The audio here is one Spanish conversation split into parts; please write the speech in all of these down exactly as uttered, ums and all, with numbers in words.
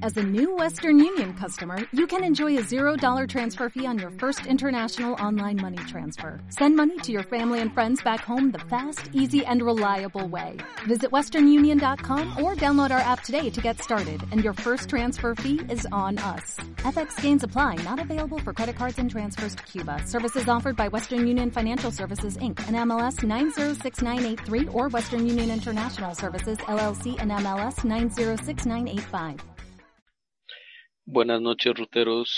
As a new Western Union customer, you can enjoy a zero dollars transfer fee on your first international online money transfer. Send money to your family and friends back home the fast, easy, and reliable way. Visit western union dot com or download our app today to get started, and your first transfer fee is on us. F X gains apply, not available for credit cards and transfers to Cuba. Services offered by Western Union Financial Services, Incorporated, and M L S nine zero six nine eight three or Western Union International Services, L L C, and M L S nine zero six nine eight five. Buenas noches, ruteros.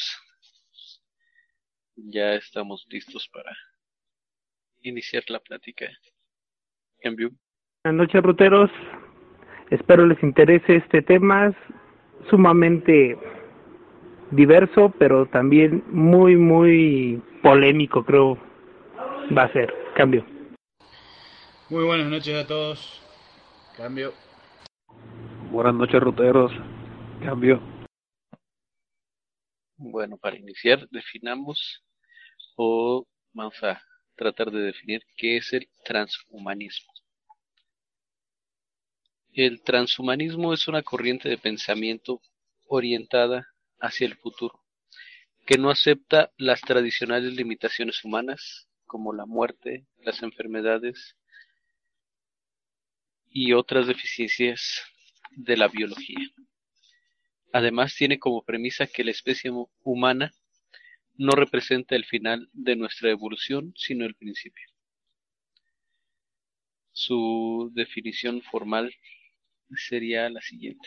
Ya estamos listos para iniciar la plática. Cambio. Buenas noches, ruteros. Espero les interese este tema. Es sumamente diverso, pero también muy, muy polémico, creo va a ser. Cambio. Muy buenas noches a todos. Cambio. Buenas noches, ruteros. Cambio. Bueno, para iniciar, definamos o vamos a tratar de definir qué es el transhumanismo. El transhumanismo es una corriente de pensamiento orientada hacia el futuro, que no acepta las tradicionales limitaciones humanas, como la muerte, las enfermedades y otras deficiencias de la biología. Además, tiene como premisa que la especie humana no representa el final de nuestra evolución, sino el principio. Su definición formal sería la siguiente: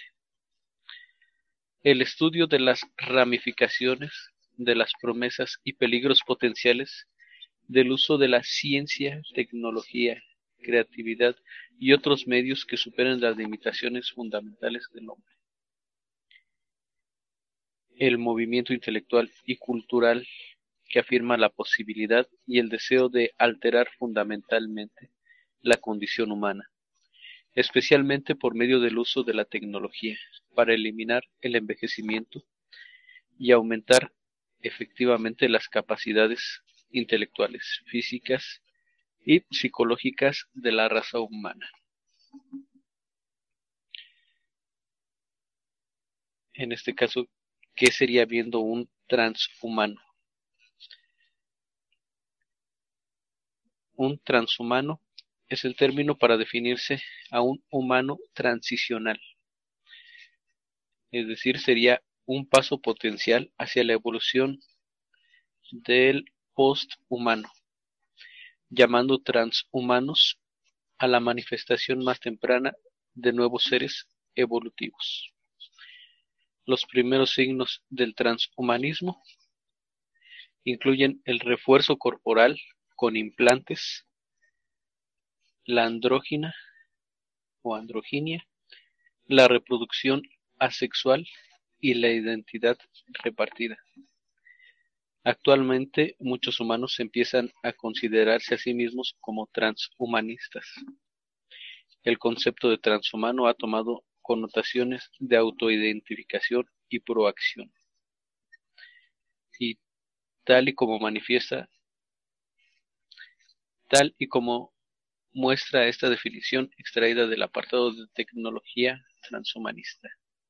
el estudio de las ramificaciones, de las promesas y peligros potenciales del uso de la ciencia, tecnología, creatividad y otros medios que superen las limitaciones fundamentales del hombre. El movimiento intelectual y cultural que afirma la posibilidad y el deseo de alterar fundamentalmente la condición humana, especialmente por medio del uso de la tecnología, para eliminar el envejecimiento y aumentar efectivamente las capacidades intelectuales, físicas y psicológicas de la raza humana. En este caso, ¿qué sería viendo un transhumano? Un transhumano es el término para definirse a un humano transicional, es decir, sería un paso potencial hacia la evolución del posthumano, llamando transhumanos a la manifestación más temprana de nuevos seres evolutivos. Los primeros signos del transhumanismo incluyen el refuerzo corporal con implantes, la andrógina o androginia, la reproducción asexual y la identidad repartida. Actualmente, muchos humanos empiezan a considerarse a sí mismos como transhumanistas. El concepto de transhumano ha tomado connotaciones de autoidentificación y proacción. Y tal y como manifiesta, tal y como muestra esta definición extraída del apartado de tecnología transhumanista.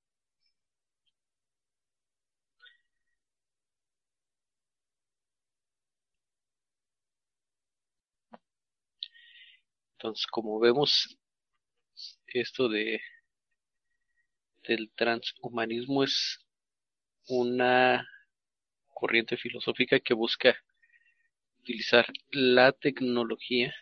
Entonces, como vemos, esto de del transhumanismo es una corriente filosófica que busca utilizar la tecnología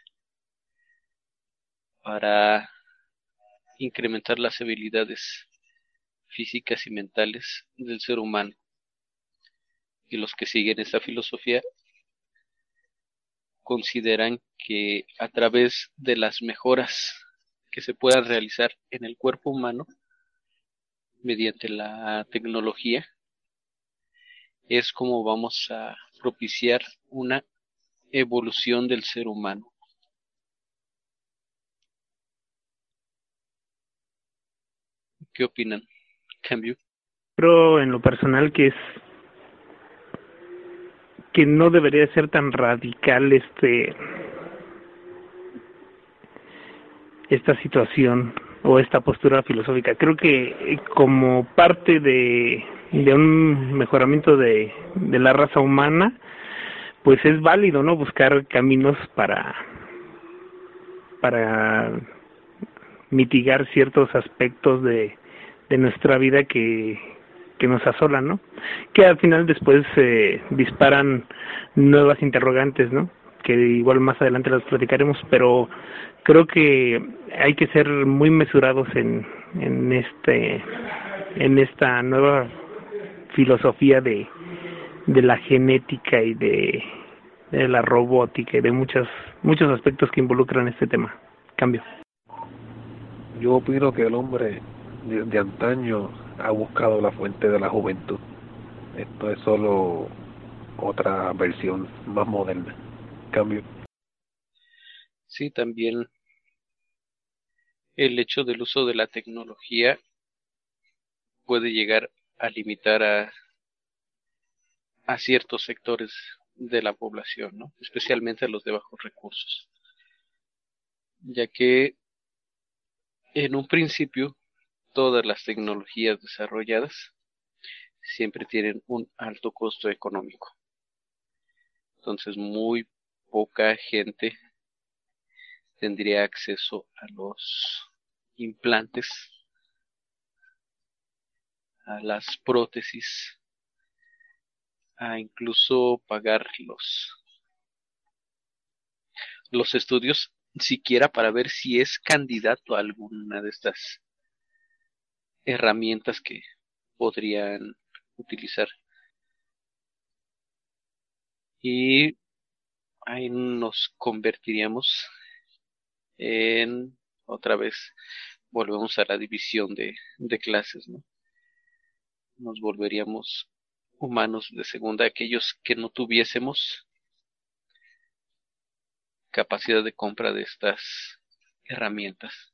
para incrementar las habilidades físicas y mentales del ser humano. Y los que siguen esta filosofía consideran que a través de las mejoras que se puedan realizar en el cuerpo humano mediante la tecnología es como vamos a propiciar una evolución del ser humano. ¿Qué opinan? ¿Cambio? Creo en lo personal que es que no debería ser tan radical este esta situación, o esta postura filosófica. Creo que como parte de, de un mejoramiento de, de la raza humana, pues es válido, ¿no? Buscar caminos para para mitigar ciertos aspectos de, de nuestra vida que, que nos asolan, ¿no? Que al final después eh, disparan nuevas interrogantes, ¿no? Que igual más adelante las platicaremos, pero creo que hay que ser muy mesurados en, en este en esta nueva filosofía de, de la genética y de de la robótica y de muchos muchos aspectos que involucran este tema. Cambio. Yo opino que el hombre de, de antaño ha buscado la fuente de la juventud. Esto es solo otra versión más moderna. Cambio. Sí, también el hecho del uso de la tecnología puede llegar a limitar a, a ciertos sectores de la población, ¿no? Especialmente a los de bajos recursos, ya que en un principio todas las tecnologías desarrolladas siempre tienen un alto costo económico. Entonces muy poca gente tendría acceso a los implantes, a las prótesis, a incluso pagar los, los estudios siquiera para ver si es candidato a alguna de estas herramientas que podrían utilizar. Y ahí nos convertiríamos en, otra vez, volvemos a la división de, de clases, ¿no? Nos volveríamos humanos de segunda, aquellos que no tuviésemos capacidad de compra de estas herramientas.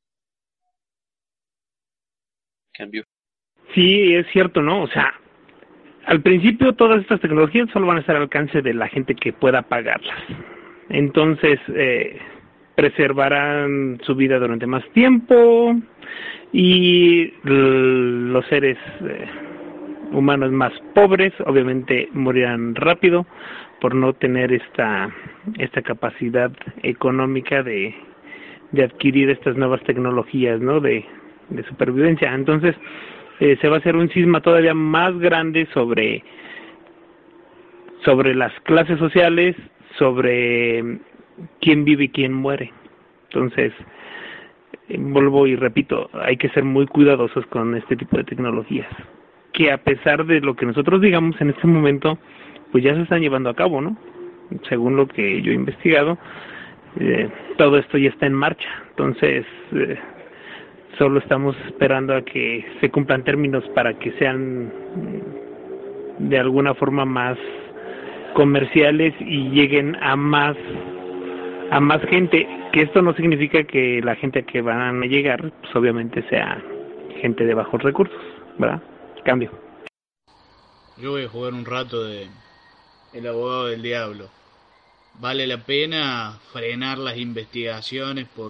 Cambio. Sí, es cierto, ¿no? O sea, al principio todas estas tecnologías solo van a estar al alcance de la gente que pueda pagarlas. Entonces, eh, preservarán su vida durante más tiempo y los seres eh, humanos más pobres obviamente morirán rápido por no tener esta esta capacidad económica de, de adquirir estas nuevas tecnologías, ¿no? De, de supervivencia. Entonces, eh, se va a hacer un cisma todavía más grande sobre sobre las clases sociales, sobre quién vive y quién muere. Entonces, eh, vuelvo y repito, hay que ser muy cuidadosos con este tipo de tecnologías, que a pesar de lo que nosotros digamos en este momento, pues ya se están llevando a cabo, ¿no? Según lo que yo he investigado, eh, todo esto ya está en marcha. Entonces, eh, solo estamos esperando a que se cumplan términos para que sean de alguna forma más comerciales y lleguen a más a más gente, que esto no significa que la gente a que van a llegar pues obviamente sea gente de bajos recursos, ¿verdad? Cambio. Yo voy a jugar un rato de el abogado del diablo. ¿Vale la pena frenar las investigaciones por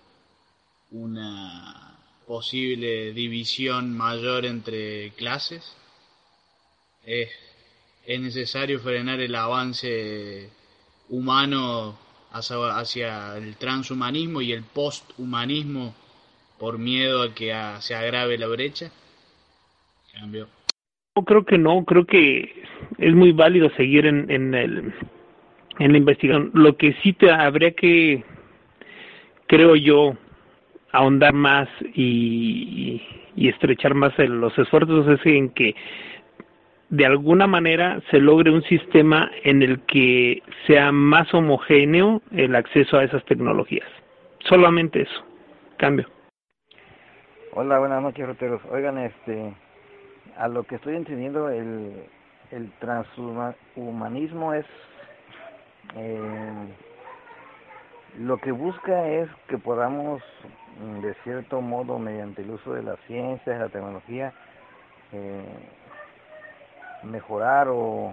una posible división mayor entre clases? ¿Es, es necesario frenar el avance humano hacia, hacia el transhumanismo y el posthumanismo por miedo a que a, se agrave la brecha? Cambio. No, creo que no, creo que es muy válido seguir en, en el en la investigación. Lo que sí te habría que, creo yo, ahondar más y, y estrechar más en los esfuerzos es en que de alguna manera se logre un sistema en el que sea más homogéneo el acceso a esas tecnologías. Solamente eso. Cambio. Hola, buenas noches, roteros. Oigan, este, a lo que estoy entendiendo, el, el transhumanismo es eh, lo que busca es que podamos, de cierto modo, mediante el uso de las ciencias, de la tecnología, eh, mejorar o,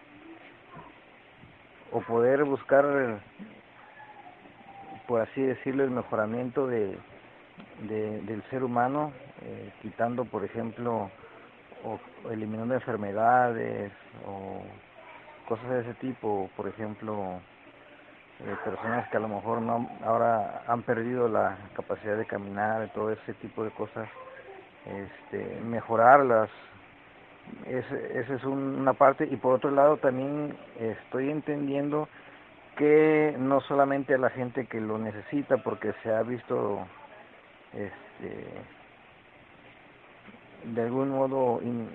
o poder buscar, por así decirlo, el mejoramiento de, de, del ser humano, eh, quitando, por ejemplo, o, o eliminando enfermedades o cosas de ese tipo, por ejemplo, eh, personas que a lo mejor no ahora han perdido la capacidad de caminar, todo ese tipo de cosas, este, mejorarlas. Ese, esa es un, una parte, y por otro lado también estoy entendiendo que no solamente a la gente que lo necesita, porque se ha visto este, de algún modo in,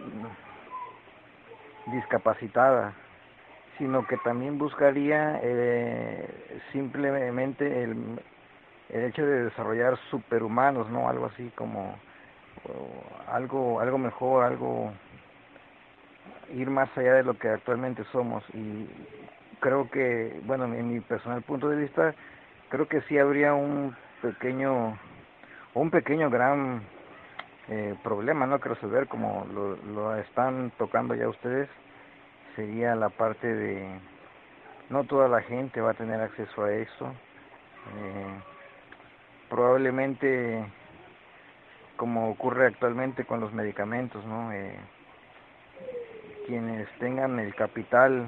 discapacitada, sino que también buscaría eh, simplemente el, el hecho de desarrollar superhumanos, ¿no? Algo así como o algo algo mejor, algo ir más allá de lo que actualmente somos. Y creo que, bueno, en mi personal punto de vista, creo que sí habría un pequeño un pequeño gran eh, problema, ¿no?, que resolver, como lo, lo están tocando ya ustedes. Sería la parte de no toda la gente va a tener acceso a eso. Eh, probablemente, como ocurre actualmente con los medicamentos, ¿no? Eh, quienes tengan el capital,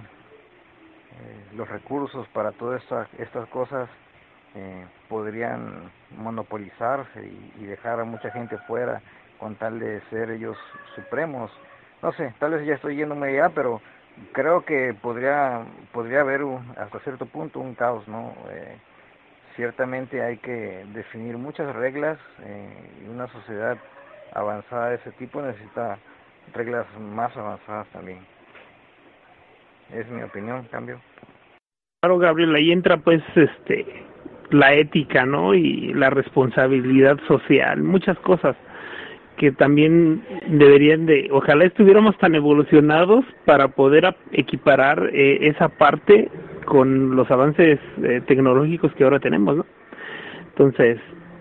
eh, los recursos para todas estas estas cosas, eh, podrían monopolizarse y, y dejar a mucha gente fuera con tal de ser ellos supremos. No sé, tal vez ya estoy yéndome allá, pero creo que podría podría haber un, hasta cierto punto un caos, ¿no? Eh, ciertamente hay que definir muchas reglas, eh, y una sociedad avanzada de ese tipo necesita reglas más avanzadas también. Es mi opinión, cambio. Claro, Gabriel, ahí entra pues este la ética, ¿no? Y la responsabilidad social, muchas cosas que también deberían de, ojalá estuviéramos tan evolucionados para poder equiparar eh, esa parte con los avances eh, tecnológicos que ahora tenemos, ¿no? Entonces,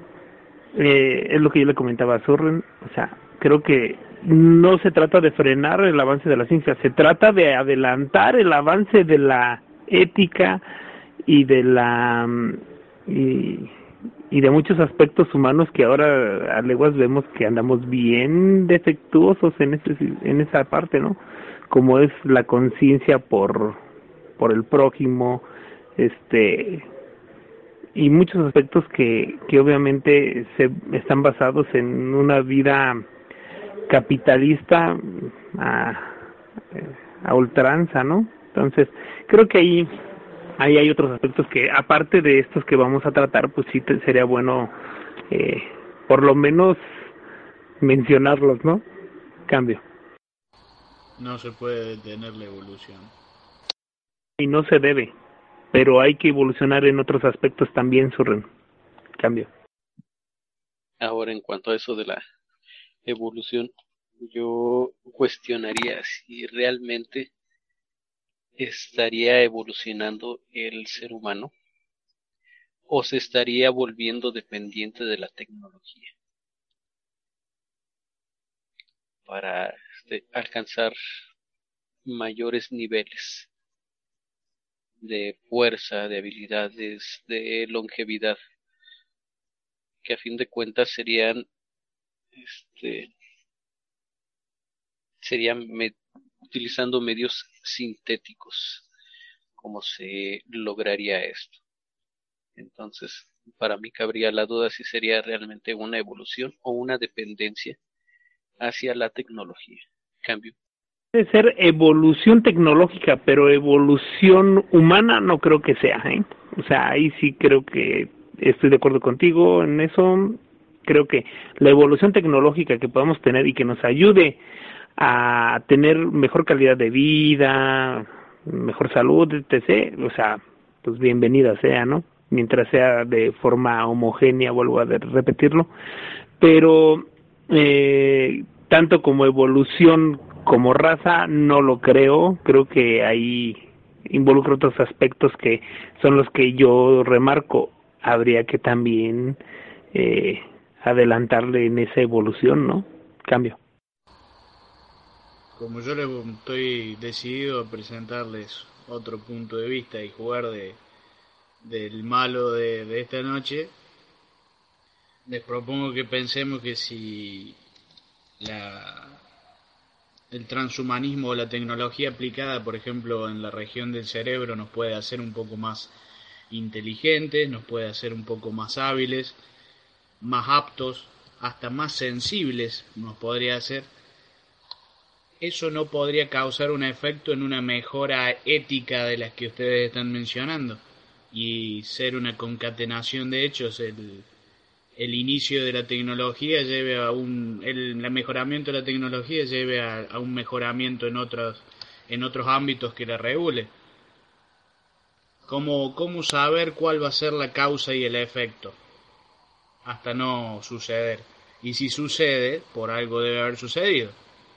eh, es lo que yo le comentaba a Surren, o sea, creo que no se trata de frenar el avance de la ciencia, se trata de adelantar el avance de la ética y de la y, y de muchos aspectos humanos que ahora a leguas vemos que andamos bien defectuosos en ese en esa parte, ¿no? Como es la conciencia por por el prójimo, este y muchos aspectos que que obviamente se están basados en una vida capitalista a, a ultranza, ¿no? Entonces, creo que ahí ahí hay otros aspectos que, aparte de estos que vamos a tratar, pues sí te, sería bueno eh, por lo menos mencionarlos, ¿no? Cambio. No se puede detener la evolución. Y no se debe, pero hay que evolucionar en otros aspectos también, Surren. Cambio. Ahora, en cuanto a eso de la evolución, yo cuestionaría si realmente estaría evolucionando el ser humano o se estaría volviendo dependiente de la tecnología para este, alcanzar mayores niveles de fuerza, de habilidades, de longevidad, que a fin de cuentas serían este serían me, utilizando medios sintéticos como se lograría esto. Entonces, para mí cabría la duda si sería realmente una evolución o una dependencia hacia la tecnología. Cambio. Puede ser evolución tecnológica, pero evolución humana no creo que sea, ¿eh? O sea, ahí sí creo que estoy de acuerdo contigo en eso. Creo que la evolución tecnológica que podamos tener y que nos ayude a tener mejor calidad de vida, mejor salud, etcétera, o sea, pues bienvenida sea, ¿no? Mientras sea de forma homogénea, vuelvo a repetirlo, pero eh, tanto como evolución como raza no lo creo, creo que ahí involucra otros aspectos que son los que yo remarco, habría que también eh, adelantarle en esa evolución, ¿no? Cambio. Como yo les estoy decidido a presentarles otro punto de vista y jugar de del malo de, de esta noche, Les propongo que pensemos que si la, el transhumanismo o la tecnología aplicada, por ejemplo, en la región del cerebro, nos puede hacer un poco más inteligentes, nos puede hacer un poco más hábiles, más aptos, hasta más sensibles nos podría hacer. Eso no podría causar un efecto en una mejora ética de las que ustedes están mencionando y ser una concatenación de hechos. El, el inicio de la tecnología lleve a un el, el mejoramiento de la tecnología lleve a, a un mejoramiento en otros en otros ámbitos que la regule. ¿Cómo, cómo saber cuál va a ser la causa y el efecto hasta no suceder? Y si sucede, por algo debe haber sucedido.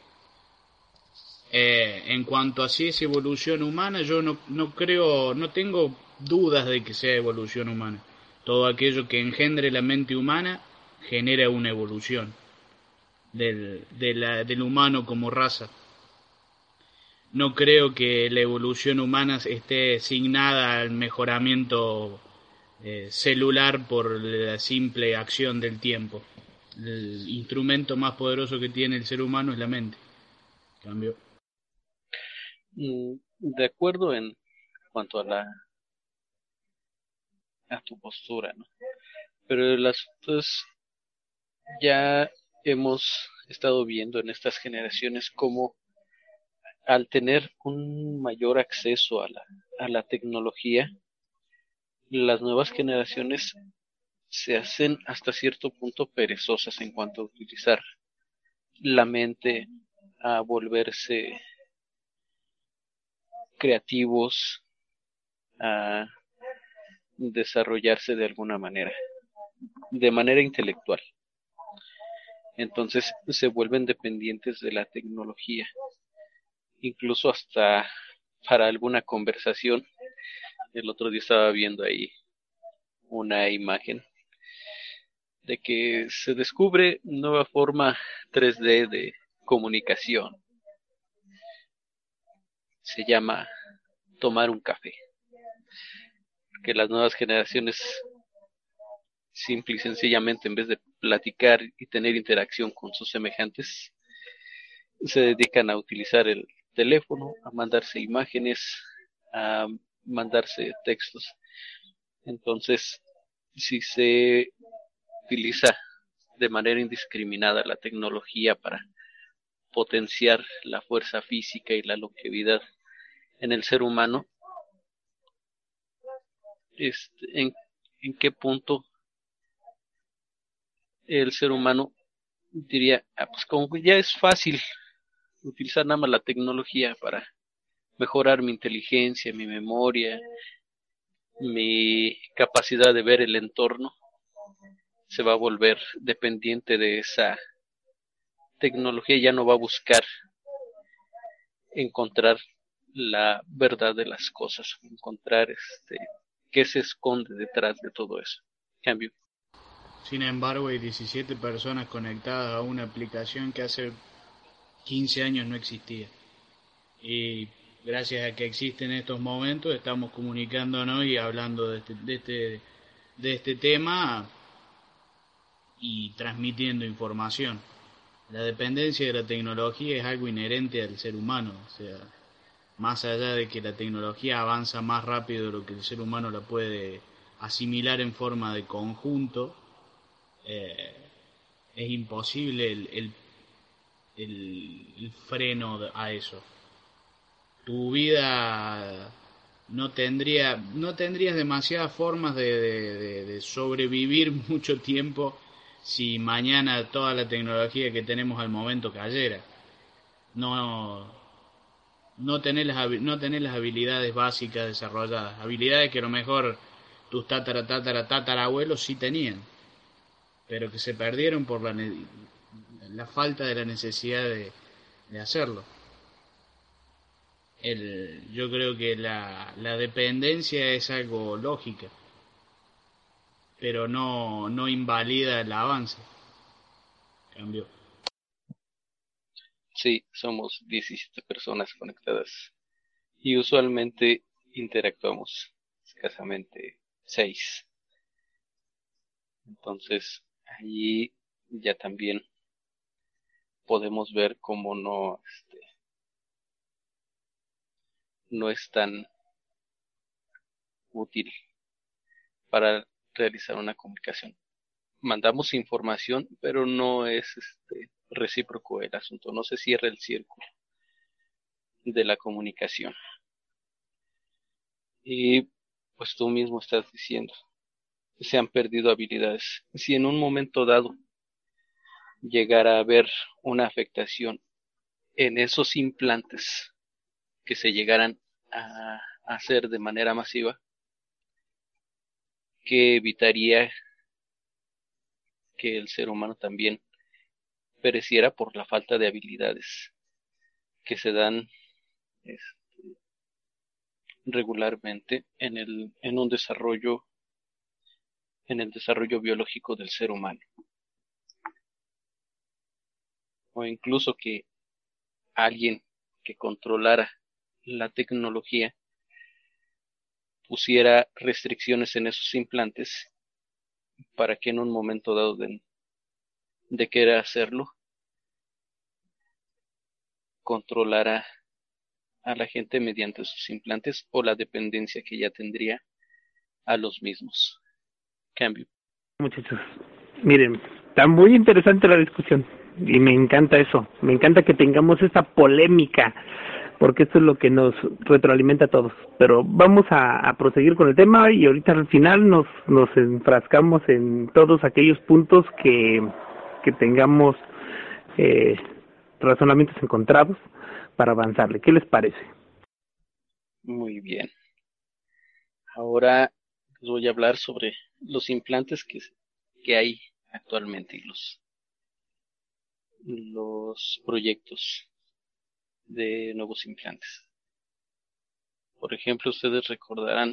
Eh, en cuanto a si es evolución humana, yo no, no creo, no tengo dudas de que sea evolución humana. Todo aquello que engendre la mente humana genera una evolución del, de la, del humano como raza. No creo que la evolución humana esté asignada al mejoramiento eh, celular por la simple acción del tiempo. El instrumento más poderoso que tiene el ser humano es la mente. Cambio. De acuerdo en cuanto a la a tu postura, ¿no? Pero el asunto es, ya hemos estado viendo en estas generaciones cómo al tener un mayor acceso a la, a la tecnología, las nuevas generaciones se hacen hasta cierto punto perezosas en cuanto a utilizar la mente, a volverse creativos, a desarrollarse de alguna manera, de manera intelectual. Entonces se vuelven dependientes de la tecnología, incluso hasta para alguna conversación. El otro día estaba viendo ahí una imagen de que se descubre nueva forma tres D de comunicación. Se llama tomar un café. Que las nuevas generaciones simple y sencillamente, en vez de platicar y tener interacción con sus semejantes, se dedican a utilizar el teléfono, a mandarse imágenes, a mandarse textos. Entonces, si se utiliza de manera indiscriminada la tecnología para potenciar la fuerza física y la longevidad en el ser humano, este, en, en qué punto el ser humano diría, ah, pues como ya es fácil utilizar nada más la tecnología para mejorar mi inteligencia, mi memoria, mi capacidad de ver el entorno, se va a volver dependiente de esa tecnología, ya no va a buscar encontrar la verdad de las cosas, encontrar este qué se esconde detrás de todo eso. Cambio. Sin embargo, hay diecisiete personas conectadas a una aplicación que hace quince años no existía. Y gracias a que existe en estos momentos, estamos comunicándonos y hablando de este, de este, de este tema y transmitiendo información. La dependencia de la tecnología es algo inherente al ser humano, o sea, más allá de que la tecnología avanza más rápido de lo que el ser humano la puede asimilar en forma de conjunto, eh, es imposible el, el, el, el freno a eso. Tu vida no tendría no tendrías demasiadas formas de, de, de, de sobrevivir mucho tiempo si mañana toda la tecnología que tenemos al momento cayera. No no tener las no tener las habilidades básicas desarrolladas, habilidades que a lo mejor tus tatara tatara tatarabuelos sí tenían, pero que se perdieron por la la falta de la necesidad de, de hacerlo. El, yo creo que la, la dependencia es algo lógica, pero no, no invalida el avance. Cambio. Sí, somos diecisiete personas conectadas y usualmente interactuamos escasamente seis. Entonces, ahí ya también podemos ver cómo no, este, no es tan útil para realizar una comunicación. Mandamos información, pero no es este, recíproco el asunto, no se cierra el círculo de la comunicación. Y pues tú mismo estás diciendo, se han perdido habilidades. Si en un momento dado llegara a haber una afectación en esos implantes que se llegaran a hacer de manera masiva, que evitaría que el ser humano también pereciera por la falta de habilidades que se dan este, regularmente en el en un desarrollo en el desarrollo biológico del ser humano, o incluso que alguien que controlara la tecnología pusiera restricciones en esos implantes para que en un momento dado de, de querer hacerlo controlara a la gente mediante sus implantes o la dependencia que ya tendría a los mismos. Cambio. Muchachos, miren, está muy interesante la discusión y me encanta eso, me encanta que tengamos esta polémica, porque esto es lo que nos retroalimenta a todos. Pero vamos a, a proseguir con el tema y ahorita al final nos, nos enfrascamos en todos aquellos puntos que, que tengamos eh, razonamientos encontrados para avanzarle. ¿Qué les parece? Muy bien. Ahora les voy a hablar sobre los implantes que, que hay actualmente y los, los proyectos de nuevos implantes. Por ejemplo, ustedes recordarán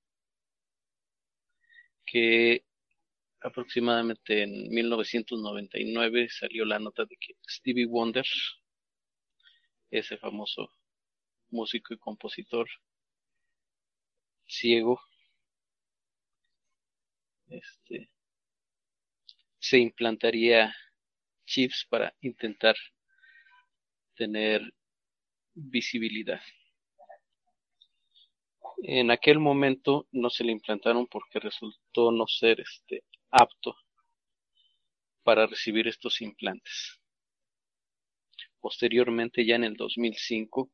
que aproximadamente en mil novecientos noventa y nueve salió la nota de que Stevie Wonder, ese famoso músico y compositor ciego, este, se implantaría chips para intentar tener visibilidad. En aquel momento no se le implantaron porque resultó no ser este apto para recibir estos implantes. Posteriormente, ya en el dos mil cinco,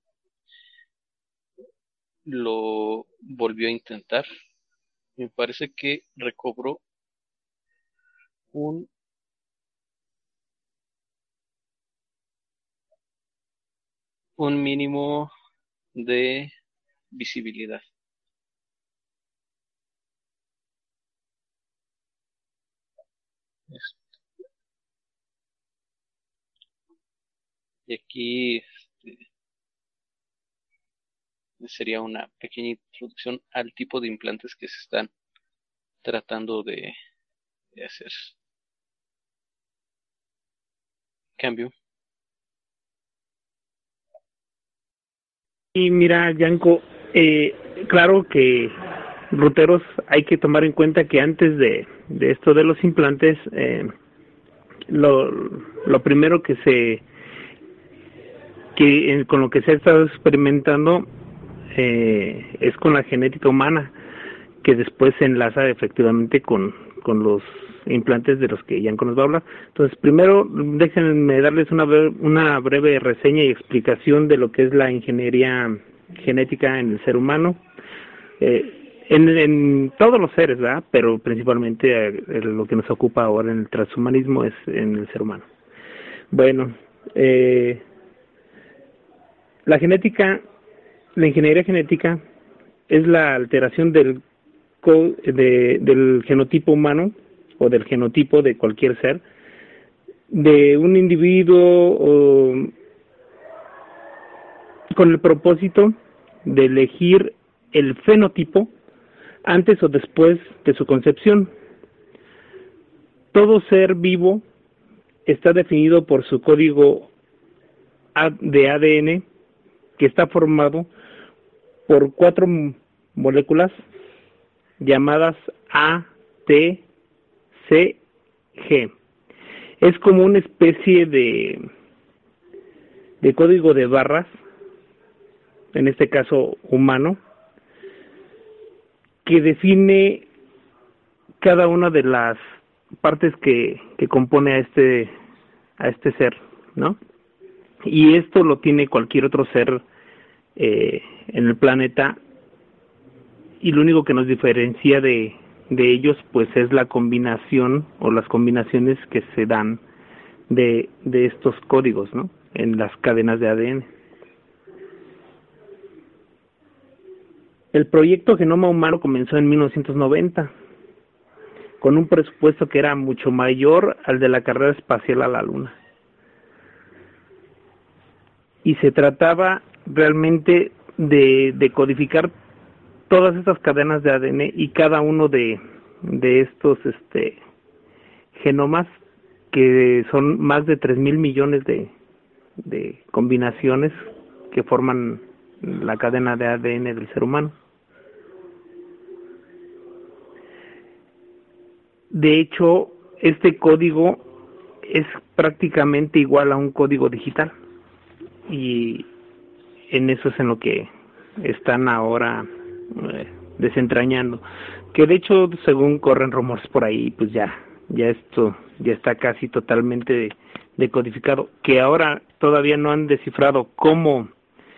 lo volvió a intentar. Me parece que recobró un un mínimo de visibilidad. Y aquí este, sería una pequeña introducción al tipo de implantes que se están tratando de, de hacer. Cambio. Y mira, Yanko, eh, claro que ruteros, hay que tomar en cuenta que antes de, de esto de los implantes, eh, lo, lo primero que se que eh, con lo que se ha estado experimentando eh, es con la genética humana, que después se enlaza efectivamente con, con los implantes de los que Yanko nos va a hablar. Entonces, primero déjenme darles una breve, una breve reseña y explicación de lo que es la ingeniería genética en el ser humano, eh, en, en todos los seres, ¿verdad? Pero principalmente eh, lo que nos ocupa ahora en el transhumanismo es en el ser humano. Bueno, eh, la genética, la ingeniería genética es la alteración del de, del genotipo humano o del genotipo de cualquier ser, de un individuo o, con el propósito de elegir el fenotipo antes o después de su concepción. Todo ser vivo está definido por su código de A D N, que está formado por cuatro moléculas llamadas A, T, C G. Es como una especie de, de código de barras, en este caso humano, que define cada una de las partes que, que compone a este a este ser, ¿no? Y esto lo tiene cualquier otro ser eh, en el planeta, y lo único que nos diferencia de, de ellos pues es la combinación o las combinaciones que se dan de, de estos códigos, ¿no? En las cadenas de A D N. El proyecto Genoma Humano comenzó en mil novecientos noventa con un presupuesto que era mucho mayor al de la carrera espacial a la Luna. Y se trataba realmente de, de codificar todas estas cadenas de A D N y cada uno de, de estos este, genomas, que son más de tres mil millones de, de combinaciones que forman la cadena de A D N del ser humano. De hecho, este código es prácticamente igual a un código digital, y en eso es en lo que están ahora eh, desentrañando, que de hecho, según corren rumores por ahí, pues ya ya esto ya está casi totalmente decodificado, que ahora todavía no han descifrado cómo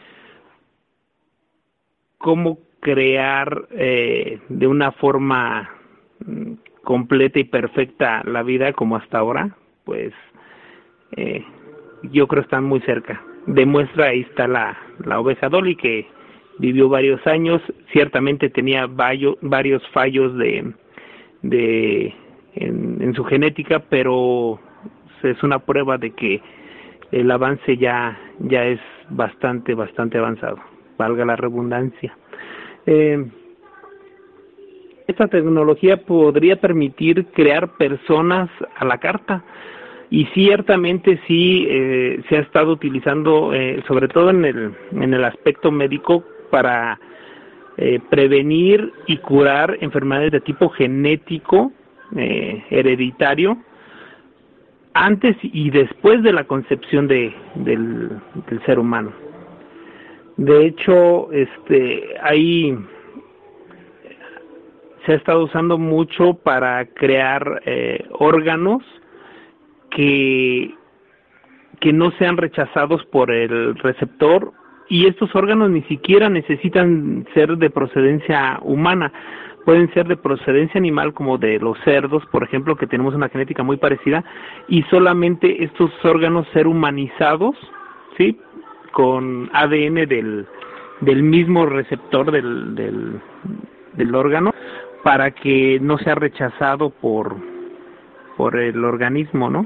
cómo crear eh, de una forma completa y perfecta la vida como hasta ahora. Pues eh, yo creo que están muy cerca. Demuestra, ahí está la, la oveja Dolly, que vivió varios años, ciertamente tenía varios, varios fallos de, de en, en su genética, pero es una prueba de que el avance ya ya es bastante, bastante avanzado, valga la redundancia. Eh, esta tecnología podría permitir crear personas a la carta, y ciertamente sí eh, se ha estado utilizando, eh, sobre todo en el en el aspecto médico, para eh, prevenir y curar enfermedades de tipo genético, eh, hereditario, antes y después de la concepción de del, del ser humano. De hecho, este hay se ha estado usando mucho para crear eh, órganos que que no sean rechazados por el receptor, y estos órganos ni siquiera necesitan ser de procedencia humana, pueden ser de procedencia animal, como de los cerdos, por ejemplo, que tenemos una genética muy parecida, y solamente estos órganos ser humanizados, ¿sí?, con A D N del del mismo receptor del del, del órgano, para que no sea rechazado por por el organismo, ¿no?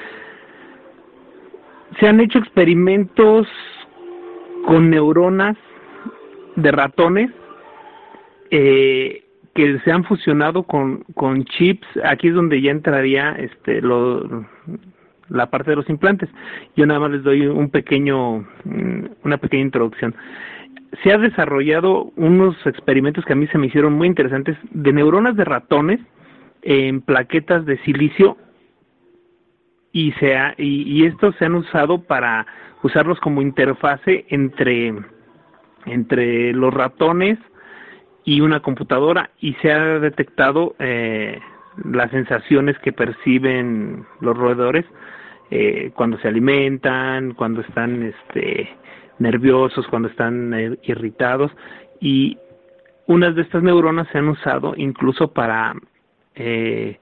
Se han hecho experimentos con neuronas de ratones eh, que se han fusionado con con chips. Aquí es donde ya entraría este lo, la parte de los implantes. Yo nada más les doy un pequeño una pequeña introducción. Se ha desarrollado unos experimentos que a mí se me hicieron muy interesantes, de neuronas de ratones en plaquetas de silicio, y se ha, y, y estos se han usado para usarlos como interfase entre entre los ratones y una computadora, y se ha detectado eh, las sensaciones que perciben los roedores eh, cuando se alimentan, cuando están este nerviosos, cuando están eh, irritados, y unas de estas neuronas se han usado incluso para eh,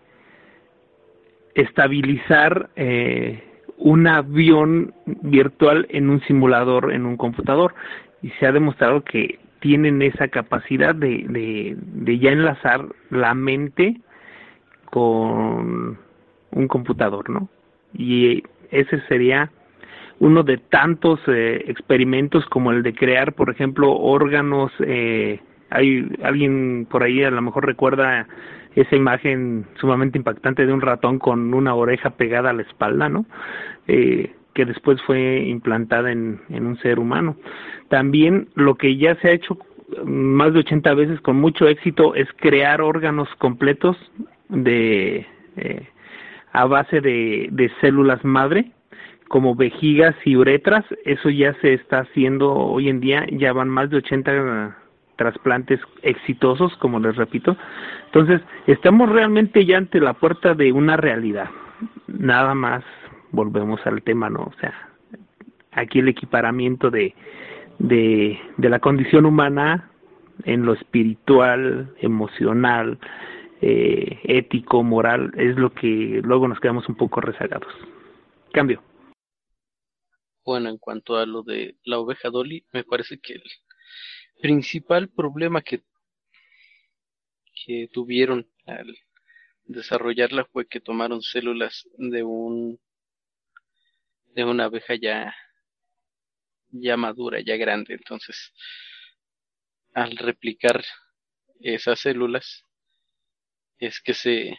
estabilizar eh, un avión virtual en un simulador, en un computador, y se ha demostrado que tienen esa capacidad de, de, de ya enlazar la mente con un computador, ¿no? Y ese sería uno de tantos eh, experimentos, como el de crear, por ejemplo, órganos. Eh, hay alguien por ahí a lo mejor recuerda esa imagen sumamente impactante de un ratón con una oreja pegada a la espalda, ¿no? Eh, que después fue implantada en, en un ser humano. También lo que ya se ha hecho más de ochenta veces con mucho éxito es crear órganos completos de eh, a base de, de células madre, como vejigas y uretras. Eso ya se está haciendo hoy en día, ya van más de ochenta trasplantes exitosos, como les repito. Entonces, estamos realmente ya ante la puerta de una realidad. Nada más volvemos al tema, ¿no? O sea, aquí el equiparamiento de, de, de la condición humana en lo espiritual, emocional, eh, ético, moral, es lo que luego nos quedamos un poco rezagados. Cambio. Bueno, en cuanto a lo de la oveja Dolly, me parece que el principal problema que, que tuvieron al desarrollarla fue que tomaron células de un de una abeja ya ya madura, ya grande. Entonces, al replicar esas células es que se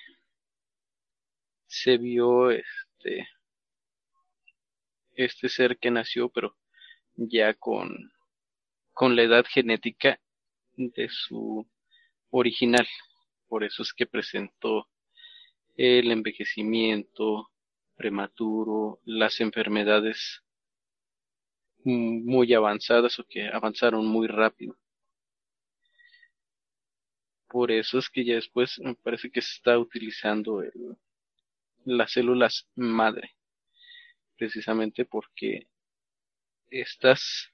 se vio este este ser que nació, pero ya con con la edad genética de su original. Por eso es que presentó el envejecimiento prematuro, las enfermedades muy avanzadas o que avanzaron muy rápido. Por eso es que ya después me parece que se está utilizando el, las células madre, precisamente porque estas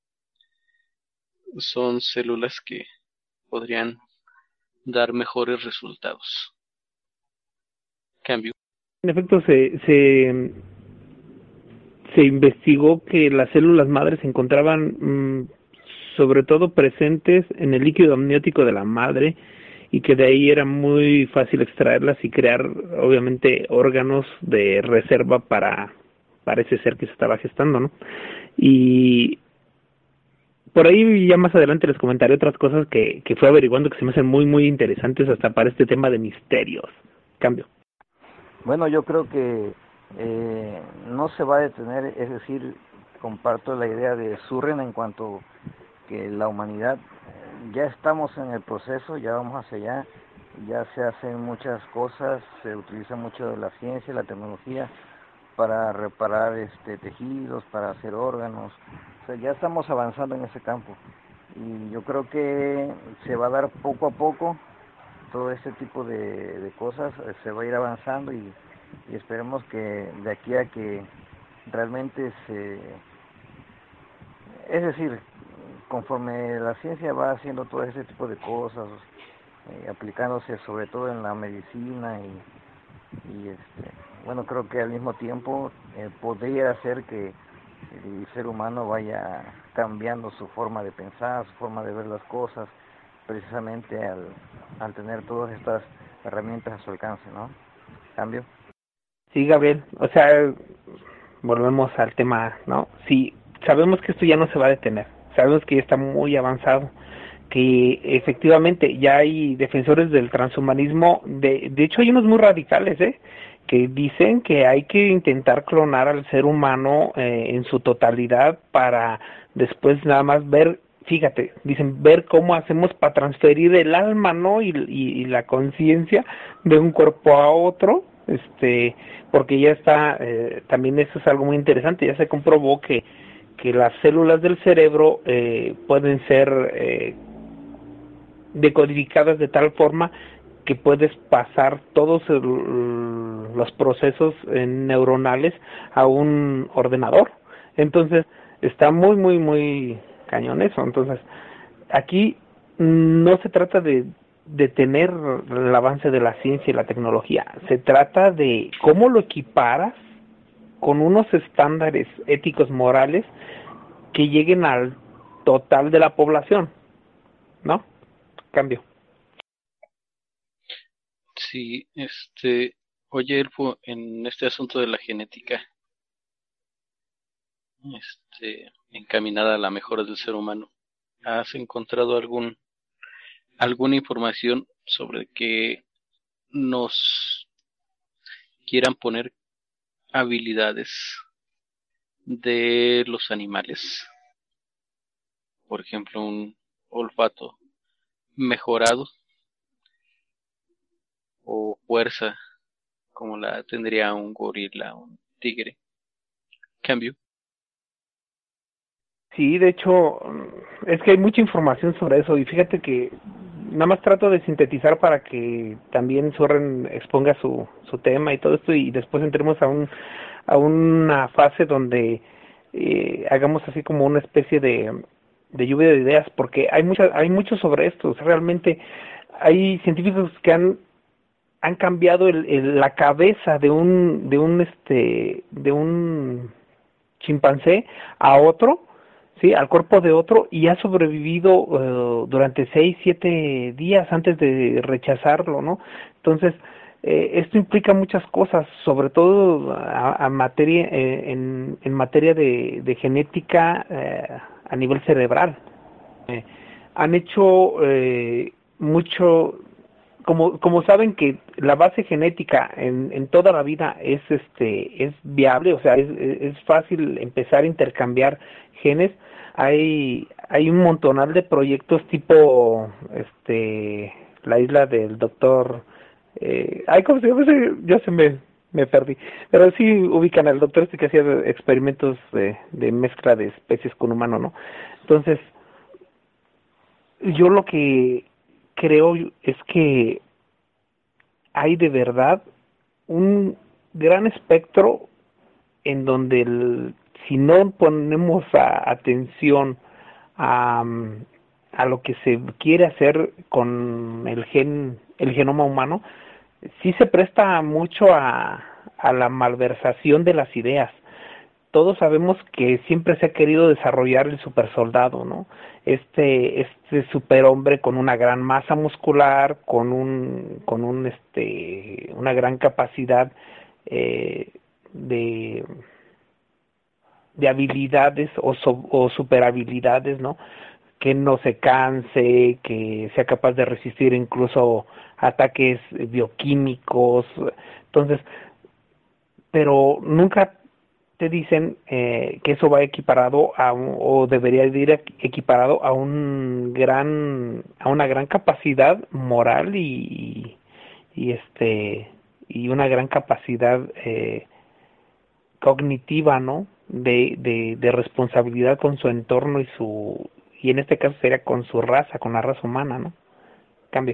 son células que podrían dar mejores resultados. Cambio. En efecto, se, se, se investigó que las células madres se encontraban mmm, sobre todo presentes en el líquido amniótico de la madre, y que de ahí era muy fácil extraerlas y crear, obviamente, órganos de reserva para, para ese ser que se estaba gestando, ¿no? Y por ahí ya más adelante les comentaré otras cosas que, que fui averiguando que se me hacen muy, muy interesantes hasta para este tema de misterios. Cambio. Bueno, yo creo que eh, no se va a detener, es decir, comparto la idea de Surren en cuanto que la humanidad, eh, ya estamos en el proceso, ya vamos hacia allá, ya se hacen muchas cosas, se utiliza mucho de la ciencia y la tecnología para reparar este tejidos, para hacer órganos, o sea, ya estamos avanzando en ese campo, y yo creo que se va a dar poco a poco todo este tipo de, de cosas, eh, se va a ir avanzando, y, y esperemos que de aquí a que realmente se, es decir, conforme la ciencia va haciendo todo ese tipo de cosas, eh, aplicándose sobre todo en la medicina, y, y este, bueno, creo que al mismo tiempo eh, podría hacer que el ser humano vaya cambiando su forma de pensar, su forma de ver las cosas, precisamente al, al tener todas estas herramientas a su alcance, ¿no? ¿Cambio? Sí, Gabriel, o sea, volvemos al tema, ¿no? Sí, sabemos que esto ya no se va a detener, sabemos que ya está muy avanzado, que efectivamente ya hay defensores del transhumanismo, de, de hecho hay unos muy radicales, ¿eh? Que dicen que hay que intentar clonar al ser humano eh, en su totalidad para después nada más ver, fíjate, dicen ver cómo hacemos para transferir el alma, ¿no? Y, y, y la conciencia de un cuerpo a otro, este, porque ya está, eh, también eso es algo muy interesante, ya se comprobó que, que las células del cerebro eh, pueden ser eh, decodificadas de tal forma que puedes pasar todos el, los procesos neuronales a un ordenador. Entonces, está muy, muy, muy cañón eso. Entonces, aquí no se trata de detener el avance de la ciencia y la tecnología, se trata de cómo lo equiparas con unos estándares éticos morales que lleguen al total de la población, ¿no? Cambio. Sí, este, oye, Elfo, en este asunto de la genética, este, encaminada a la mejora del ser humano, ¿has encontrado algún alguna información sobre que nos quieran poner habilidades de los animales? Por ejemplo, un olfato mejorado o fuerza como la tendría un gorila, un tigre. Cambio. Sí, de hecho, es que hay mucha información sobre eso y fíjate que nada más trato de sintetizar para que también Sorren exponga su, su tema y todo esto y después entremos a un a una fase donde eh, hagamos así como una especie de, de lluvia de ideas porque hay mucha, hay mucho sobre esto. O sea, realmente hay científicos que han han cambiado el, el, la cabeza de un de un este de un chimpancé a otro, sí, al cuerpo de otro y ha sobrevivido uh, durante seis, siete días antes de rechazarlo, ¿no? Entonces eh, esto implica muchas cosas, sobre todo a, a materia eh, en, en materia de, de genética eh, a nivel cerebral. Eh, han hecho eh, mucho como como saben que la base genética en, en toda la vida es este es viable, o sea, es, es fácil empezar a intercambiar genes. Hay hay un montonal de proyectos tipo este la isla del doctor eh, ay cómo se llama ese? Ya se me me perdí, pero sí ubican al doctor este que hacía experimentos de, de mezcla de especies con humano, ¿no? Entonces yo lo que creo es que hay de verdad un gran espectro en donde el, si no ponemos a, atención a, a lo que se quiere hacer con el gen el genoma humano, sí se presta mucho a, a la malversación de las ideas. Todos sabemos que siempre se ha querido desarrollar el supersoldado, ¿no? Este, este superhombre con una gran masa muscular, con un, con un, este, una gran capacidad eh, de, de habilidades o, so, o superhabilidades, ¿no? Que no se canse, que sea capaz de resistir incluso ataques bioquímicos. Entonces, pero nunca te dicen eh, que eso va equiparado a un, o debería ir equiparado a un gran a una gran capacidad moral y, y este y una gran capacidad eh, cognitiva, ¿no? De, de, de responsabilidad con su entorno y su y en este caso sería con su raza, con la raza humana, ¿no? Cambio.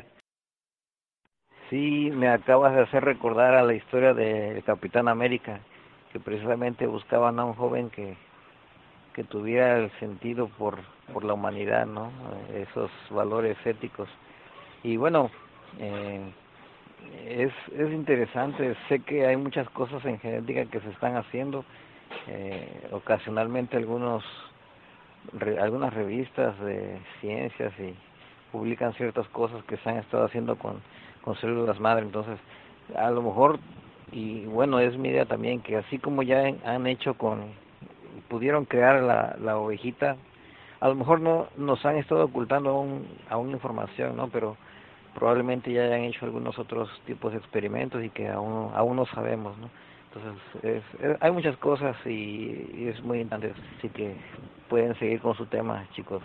Sí, me acabas de hacer recordar a la historia del Capitán América, que precisamente buscaban a un joven que, que tuviera el sentido por, por la humanidad, ¿no? Esos valores éticos. Y bueno, eh, es, es interesante, sé que hay muchas cosas en genética que se están haciendo, eh, ocasionalmente algunos re, algunas revistas de ciencias y publican ciertas cosas que se han estado haciendo con, con células madre, entonces a lo mejor, y bueno, es mi idea también, que así como ya han hecho con, pudieron crear la, la ovejita, a lo mejor no nos han estado ocultando aún, aún información, ¿no? Pero probablemente ya hayan hecho algunos otros tipos de experimentos y que aún, aún no sabemos, ¿no? Entonces, es, es, hay muchas cosas y, y es muy interesante, así que pueden seguir con su tema, chicos.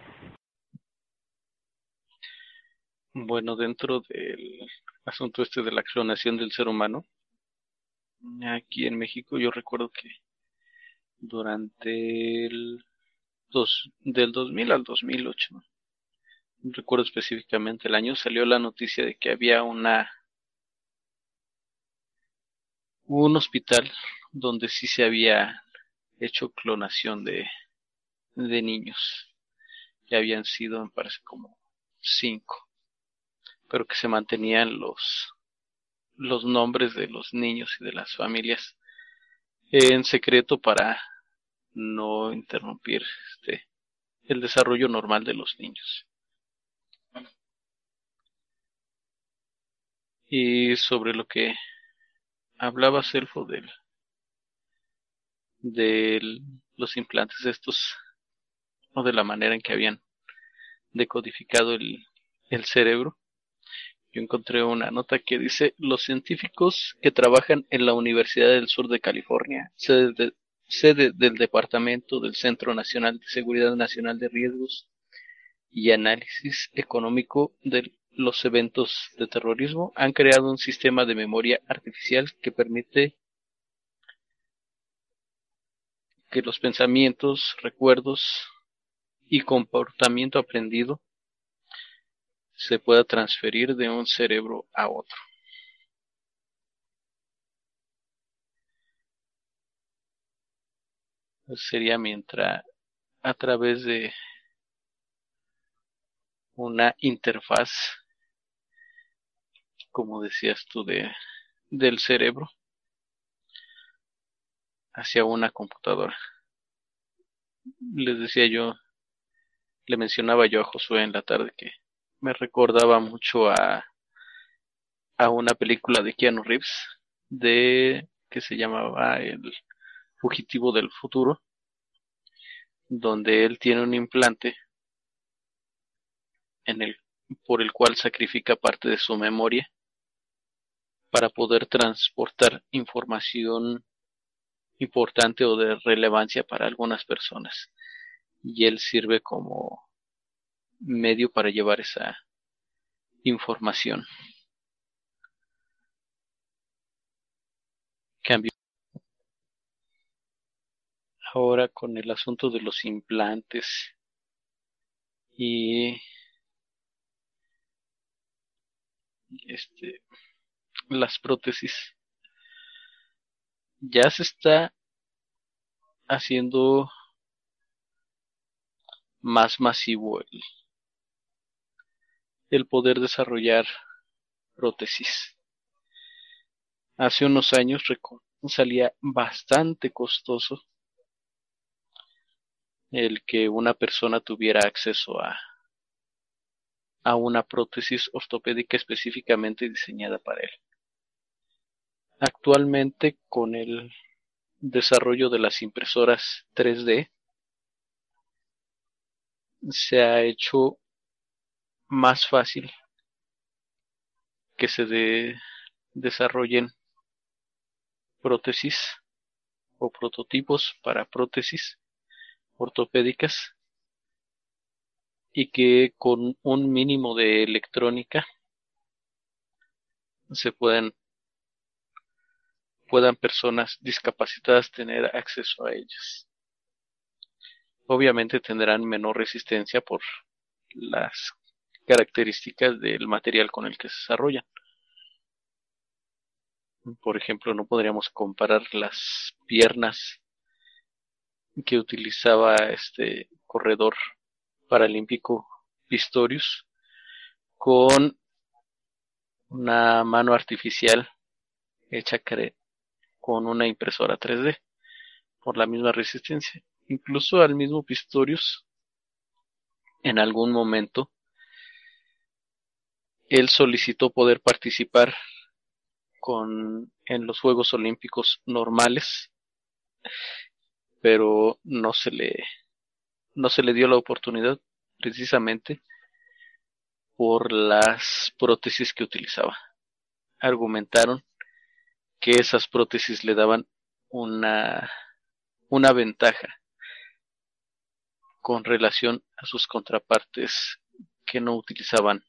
Bueno, dentro del asunto este de la clonación del ser humano, aquí en México yo recuerdo que durante el dos, del dos mil al dos mil ocho, ¿no? Recuerdo específicamente el año, salió la noticia de que había una un hospital donde sí se había hecho clonación de, de niños. Ya habían sido, me parece, como cinco, pero que se mantenían los los nombres de los niños y de las familias en secreto para no interrumpir este el desarrollo normal de los niños. Y sobre lo que hablaba Selfo del de los implantes estos o de la manera en que habían decodificado el, el cerebro, yo encontré una nota que dice: los científicos que trabajan en la Universidad del Sur de California, sede, de, sede del Departamento del Centro Nacional de Seguridad Nacional de Riesgos y Análisis Económico de los eventos de terrorismo, han creado un sistema de memoria artificial que permite que los pensamientos, recuerdos y comportamiento aprendido se pueda transferir de un cerebro a otro. Sería mientras a través de una interfaz, como decías tú, de del cerebro hacia una computadora. Les decía yo, le mencionaba yo a Josué en la tarde que me recordaba mucho a, a una película de Keanu Reeves de que se llamaba El Fugitivo del Futuro, donde él tiene un implante en el por el cual sacrifica parte de su memoria para poder transportar información importante o de relevancia para algunas personas, y él sirve como medio para llevar esa información. Cambio ahora con el asunto de los implantes y este las prótesis. Ya se está haciendo más masivo el, el poder desarrollar prótesis. Hace unos años salía bastante costoso el que una persona tuviera acceso a, a una prótesis ortopédica específicamente diseñada para él. Actualmente, con el desarrollo de las impresoras tres D, se ha hecho más fácil que se de, desarrollen prótesis o prototipos para prótesis ortopédicas, y que con un mínimo de electrónica se puedan puedan personas discapacitadas tener acceso a ellas. Obviamente tendrán menor resistencia por las características del material con el que se desarrollan. Por ejemplo, no podríamos comparar las piernas que utilizaba este corredor paralímpico Pistorius con una mano artificial hecha con una impresora tres D por la misma resistencia. Incluso al mismo Pistorius, en algún momento, él solicitó poder participar con en los Juegos Olímpicos normales, pero no se le no se le dio la oportunidad precisamente por las prótesis que utilizaba. Argumentaron que esas prótesis le daban una una ventaja con relación a sus contrapartes que no utilizaban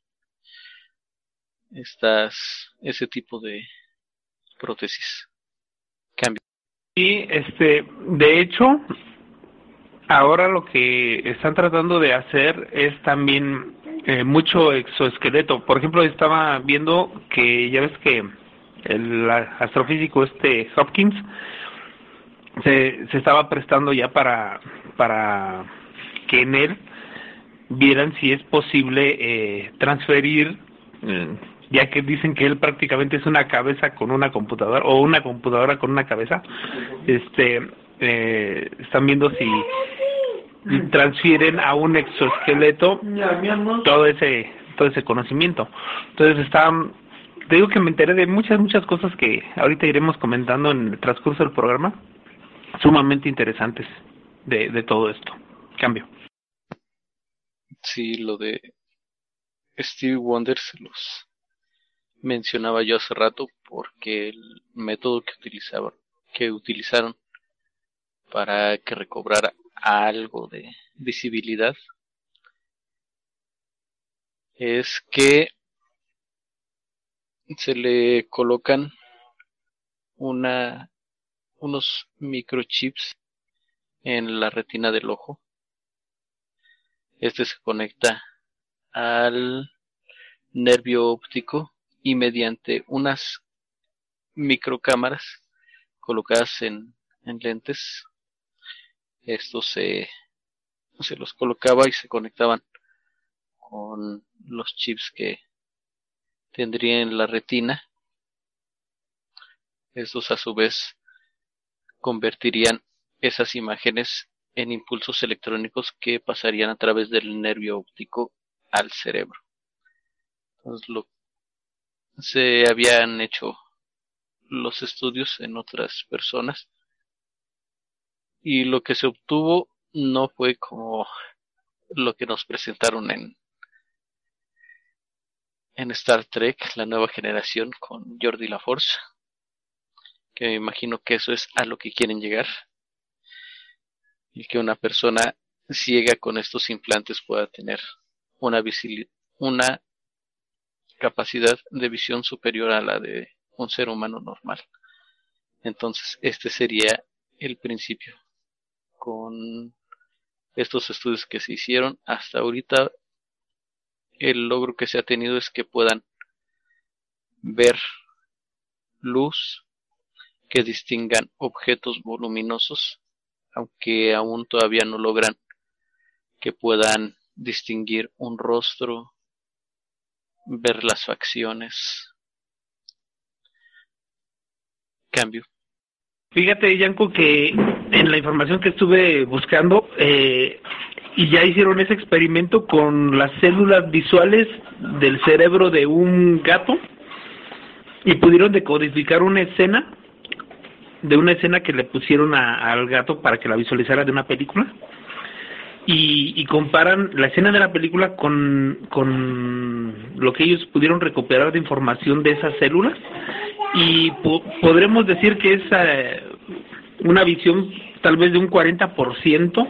estas ese tipo de prótesis. Cambio. Y este, de hecho, ahora lo que están tratando de hacer es también eh, mucho exoesqueleto. Por ejemplo, estaba viendo que ya ves que el astrofísico este Hopkins se, se estaba prestando ya para para que en él vieran si es posible eh, transferir, eh, ya que dicen que él prácticamente es una cabeza con una computadora o una computadora con una cabeza. Este eh, están viendo si transfieren a un exoesqueleto todo ese todo ese conocimiento. Entonces está, te digo que me enteré de muchas muchas cosas que ahorita iremos comentando en el transcurso del programa, sumamente interesantes de, de todo esto. Cambio. Sí, lo de Stevie Wonder se los mencionaba yo hace rato, porque el método que utilizaban, que utilizaron para que recobrara algo de visibilidad es que se le colocan una, unos microchips en la retina del ojo. Este se conecta al nervio óptico y mediante unas microcámaras colocadas en, en lentes, estos se, se los colocaba y se conectaban con los chips que tendría en la retina. Estos a su vez convertirían esas imágenes en impulsos electrónicos que pasarían a través del nervio óptico al cerebro. Entonces, lo, se habían hecho los estudios en otras personas y lo que se obtuvo no fue como lo que nos presentaron en en Star Trek, la nueva generación, con Geordi LaForce, que me imagino que eso es a lo que quieren llegar, y que una persona ciega con estos implantes pueda tener una, una capacidad de visión superior a la de un ser humano normal. Entonces, este sería el principio. Con estos estudios que se hicieron hasta ahorita, el logro que se ha tenido es que puedan ver luz, que distingan objetos voluminosos, aunque aún todavía no logran que puedan distinguir un rostro, ver las facciones. Cambio. Fíjate, Yanko, que en la información que estuve buscando, eh, y ya hicieron ese experimento con las células visuales del cerebro de un gato, y pudieron decodificar una escena, de una escena que le pusieron a, al gato para que la visualizara de una película, y, y comparan la escena de la película con, con lo que ellos pudieron recuperar de información de esas células, y po podremos decir que es eh, una visión tal vez de un cuarenta por ciento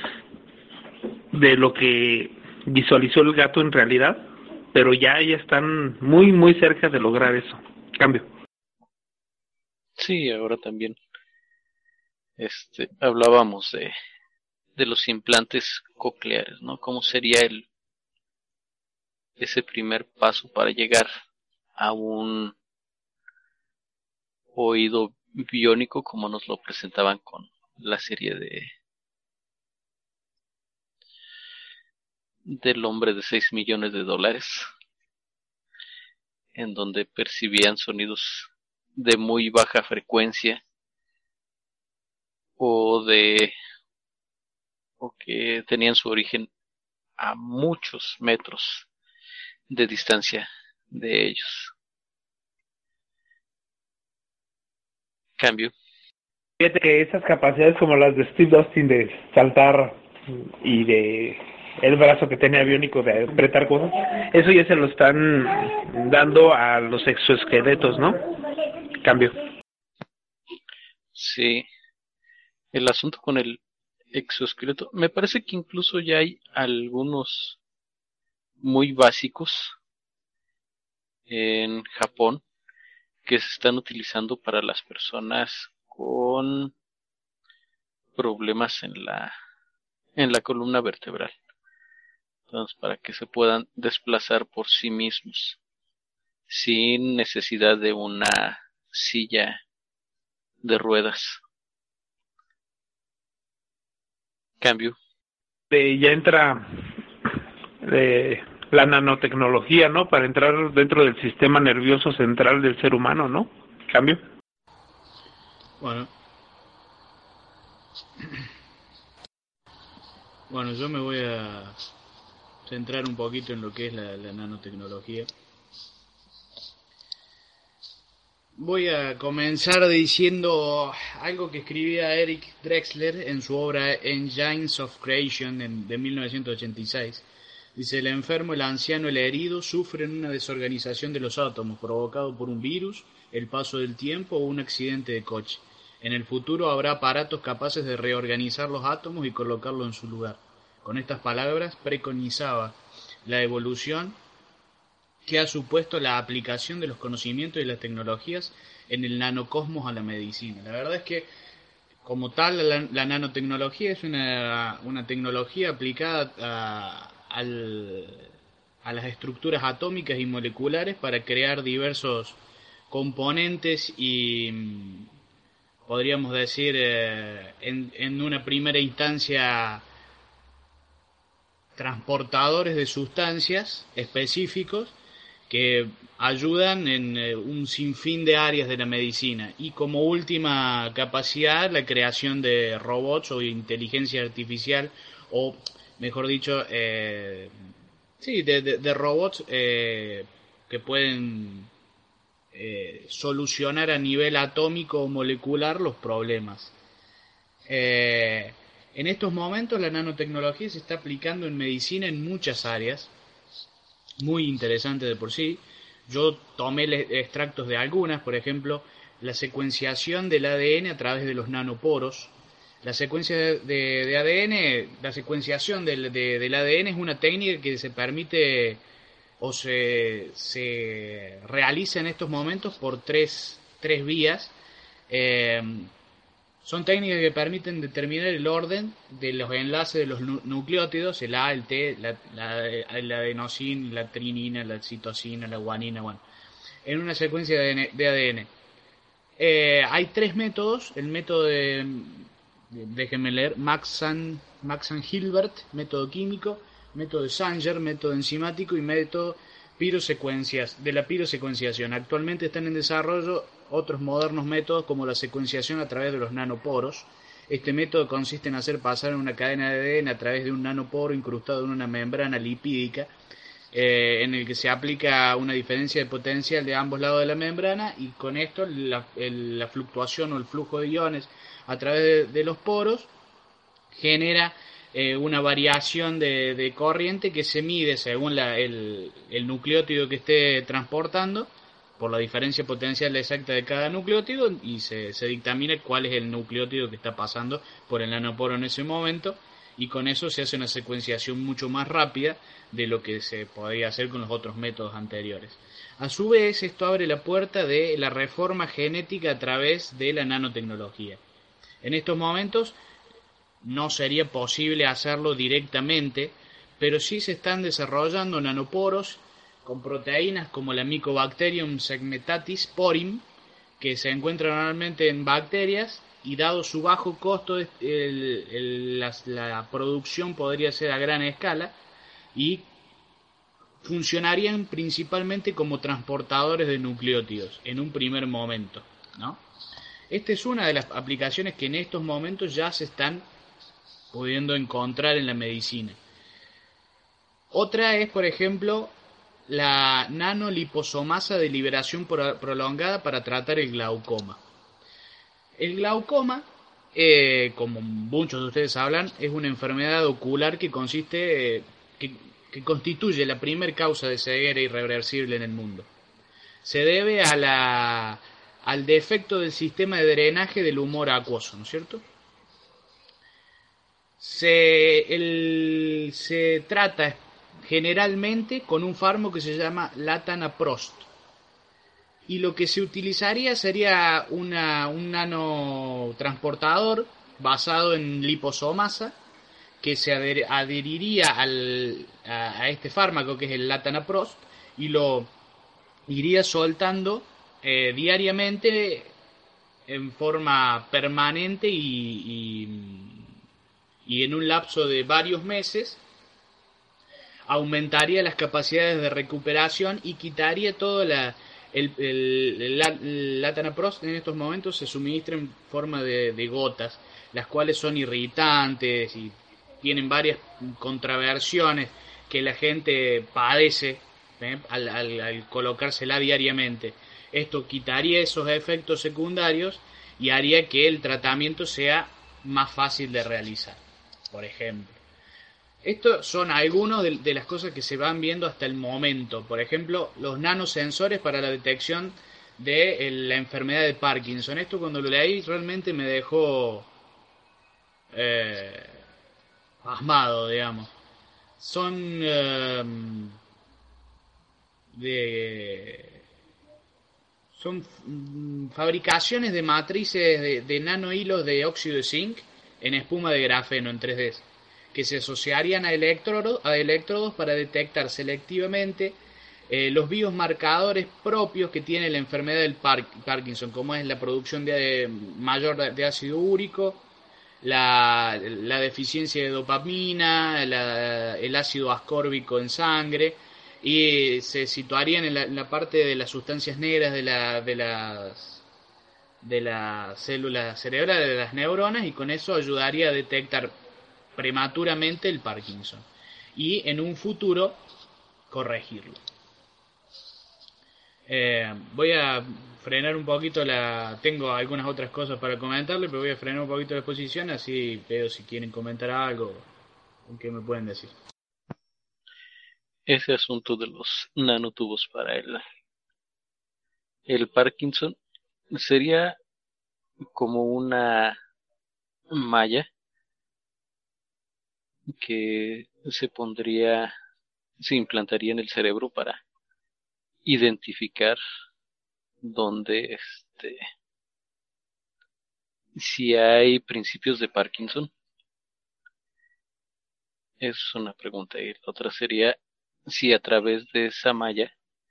de lo que visualizó el gato en realidad, pero ya, ya están muy, muy cerca de lograr eso. Cambio. Sí, ahora también este, hablábamos de, de los implantes cocleares, ¿no? ¿Cómo sería el ese primer paso para llegar a un oído biónico como nos lo presentaban con la serie de del hombre de seis millones de dólares, en donde percibían sonidos de muy baja frecuencia o de o que tenían su origen a muchos metros de distancia de ellos. Cambio. Fíjate que esas capacidades como las de Steve Austin de saltar y de el brazo que tenía biónico de apretar cosas, eso ya se lo están dando a los exoesqueletos, ¿no? Cambio. Sí, el asunto con el exoesqueleto, me parece que incluso ya hay algunos muy básicos en Japón que se están utilizando para las personas con problemas en la en la columna vertebral. Entonces, para que se puedan desplazar por sí mismos sin necesidad de una silla de ruedas. Cambio. Eh, ya entra eh, la nanotecnología, ¿no? Para entrar dentro del sistema nervioso central del ser humano, ¿no? Cambio. Bueno. Bueno, yo me voy a centrar un poquito en lo que es la, la nanotecnología. Voy a comenzar diciendo algo que escribía Eric Drexler en su obra Engines of Creation en, de mil novecientos ochenta y seis. Dice: el enfermo, el anciano, el herido sufren una desorganización de los átomos provocado por un virus, el paso del tiempo o un accidente de coche. En el futuro habrá aparatos capaces de reorganizar los átomos y colocarlos en su lugar. Con estas palabras preconizaba la evolución que ha supuesto la aplicación de los conocimientos y las tecnologías en el nanocosmos a la medicina. La verdad es que, como tal, la, la nanotecnología es una, una tecnología aplicada a, al, a las estructuras atómicas y moleculares para crear diversos componentes y, podríamos decir, eh, en, en una primera instancia, transportadores de sustancias específicos que ayudan en eh, un sinfín de áreas de la medicina, y como última capacidad la creación de robots o inteligencia artificial, o mejor dicho, eh, sí, de, de, de robots eh, que pueden eh, solucionar a nivel atómico o molecular los problemas. Eh, en estos momentos la nanotecnología se está aplicando en medicina en muchas áreas, muy interesante de por sí. Yo tomé extractos de algunas, por ejemplo, la secuenciación del A D N a través de los nanoporos. La secuencia de, de, de A D N, la secuenciación del, de, del A D N es una técnica que se permite o se, se realiza en estos momentos por tres, tres vías. Eh, Son técnicas que permiten determinar el orden de los enlaces de los nucleótidos, el A, el T, la, la, la adenosina, la trinina, la citosina, la guanina, bueno, en una secuencia de, de A D N. Eh, hay tres métodos: el método de, de déjenme leer, Maxan, Maxan Hilbert, método químico, método de Sanger, método enzimático, y método pirosecuencias, de la pirosecuenciación. Actualmente están en desarrollo otros modernos métodos como la secuenciación a través de los nanoporos. Este método consiste en hacer pasar una cadena de A D N a través de un nanoporo incrustado en una membrana lipídica, eh, en el que se aplica una diferencia de potencial de ambos lados de la membrana, y con esto la, el, la fluctuación o el flujo de iones a través de, de los poros genera eh, una variación de, de corriente que se mide según la, el, el nucleótido que esté transportando, por la diferencia potencial exacta de cada nucleótido, y se, se dictamina cuál es el nucleótido que está pasando por el nanoporo en ese momento, y con eso se hace una secuenciación mucho más rápida de lo que se podía hacer con los otros métodos anteriores. A su vez, esto abre la puerta de la reforma genética a través de la nanotecnología. En estos momentos no sería posible hacerlo directamente, pero sí se están desarrollando nanoporos con proteínas como la Mycobacterium segmentatis porim, que se encuentra normalmente en bacterias, y dado su bajo costo, el, el, la, la producción podría ser a gran escala y funcionarían principalmente como transportadores de nucleótidos en un primer momento, ¿no? Esta es una de las aplicaciones que en estos momentos ya se están pudiendo encontrar en la medicina. Otra es, por ejemplo, la nanoliposomasa de liberación prolongada para tratar el glaucoma. El glaucoma, eh, como muchos de ustedes hablan, es una enfermedad ocular que consiste, eh, que, que constituye la primer causa de ceguera irreversible en el mundo. Se debe a la, al defecto del sistema de drenaje del humor acuoso, ¿no es cierto? Se, el, se trata generalmente con un fármaco que se llama latanaprost, y lo que se utilizaría sería una, un nanotransportador basado en liposomasa que se adheriría al, a, a este fármaco, que es el latanaprost, y lo iría soltando eh, diariamente en forma permanente y, y, y en un lapso de varios meses aumentaría las capacidades de recuperación y quitaría toda la el, el, el, el latanaprost. En estos momentos se suministra en forma de, de gotas, las cuales son irritantes y tienen varias contraversiones que la gente padece, ¿eh? al, al, al colocársela diariamente. Esto quitaría esos efectos secundarios y haría que el tratamiento sea más fácil de realizar, por ejemplo. Estos son algunos de, de las cosas que se van viendo hasta el momento. Por ejemplo, los nanosensores para la detección de la enfermedad de Parkinson. Esto, cuando lo leí, realmente me dejó eh, pasmado, digamos. Son eh, de son mm, fabricaciones de matrices de, de nanohilos de óxido de zinc en espuma de grafeno en tres D, que se asociarían a electrodos, a electrodos para detectar selectivamente eh, los biomarcadores propios que tiene la enfermedad del Par- Parkinson, como es la producción de, mayor de, de ácido úrico, la, la deficiencia de dopamina, la, el ácido ascórbico en sangre, y se situarían en la, en la parte de las sustancias negras de, la, de las de las células cerebrales, de las neuronas, y con eso ayudaría a detectar prematuramente el Parkinson y en un futuro corregirlo. Eh, voy a frenar un poquito la... Tengo algunas otras cosas para comentarle, pero voy a frenar un poquito la exposición, así veo si quieren comentar algo o qué me pueden decir. Ese asunto de los nanotubos para el, el Parkinson sería como una malla que se pondría, se implantaría en el cerebro para identificar dónde, este, si hay principios de Parkinson. Es una pregunta. Y la otra sería si a través de esa malla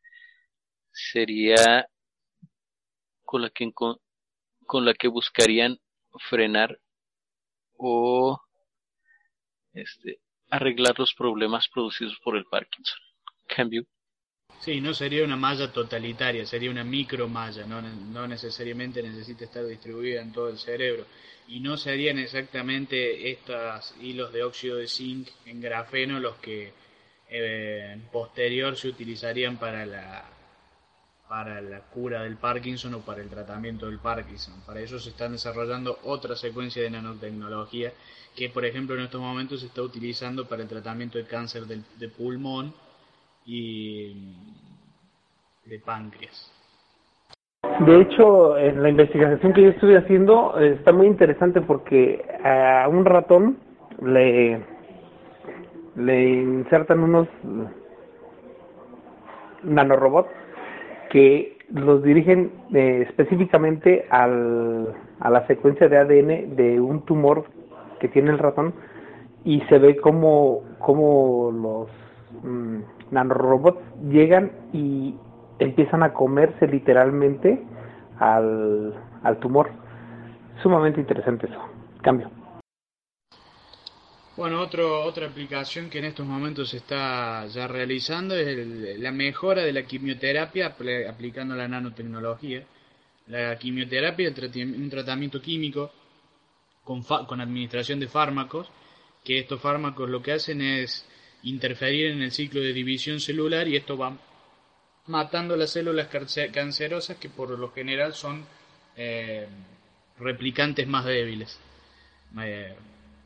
sería con la que con, con la que buscarían frenar o este arreglar los problemas producidos por el Parkinson. Cambio. Sí, no sería una malla totalitaria, sería una micromalla, no, no necesariamente necesita estar distribuida en todo el cerebro. Y no serían exactamente estos hilos de óxido de zinc en grafeno los que eh, en posterior se utilizarían para la, para la cura del Parkinson o para el tratamiento del Parkinson. Para eso se están desarrollando otra secuencia de nanotecnología que, por ejemplo, en estos momentos se está utilizando para el tratamiento de cáncer de, de pulmón y de páncreas. De hecho, en la investigación que yo estuve haciendo eh, está muy interesante porque a un ratón le le insertan unos nanorobots que los dirigen eh, específicamente al, a la secuencia de A D N de un tumor que tiene el ratón, y se ve como, como los mmm, nanorobots llegan y empiezan a comerse literalmente al, al tumor. Sumamente interesante eso. Cambio. Bueno, otro, otra aplicación que en estos momentos se está ya realizando es el, la mejora de la quimioterapia apl- aplicando la nanotecnología. La quimioterapia es un tratamiento químico con, fa- con administración de fármacos, que estos fármacos lo que hacen es interferir en el ciclo de división celular, y esto va matando las células cancerosas, que por lo general son eh, replicantes más débiles. Eh,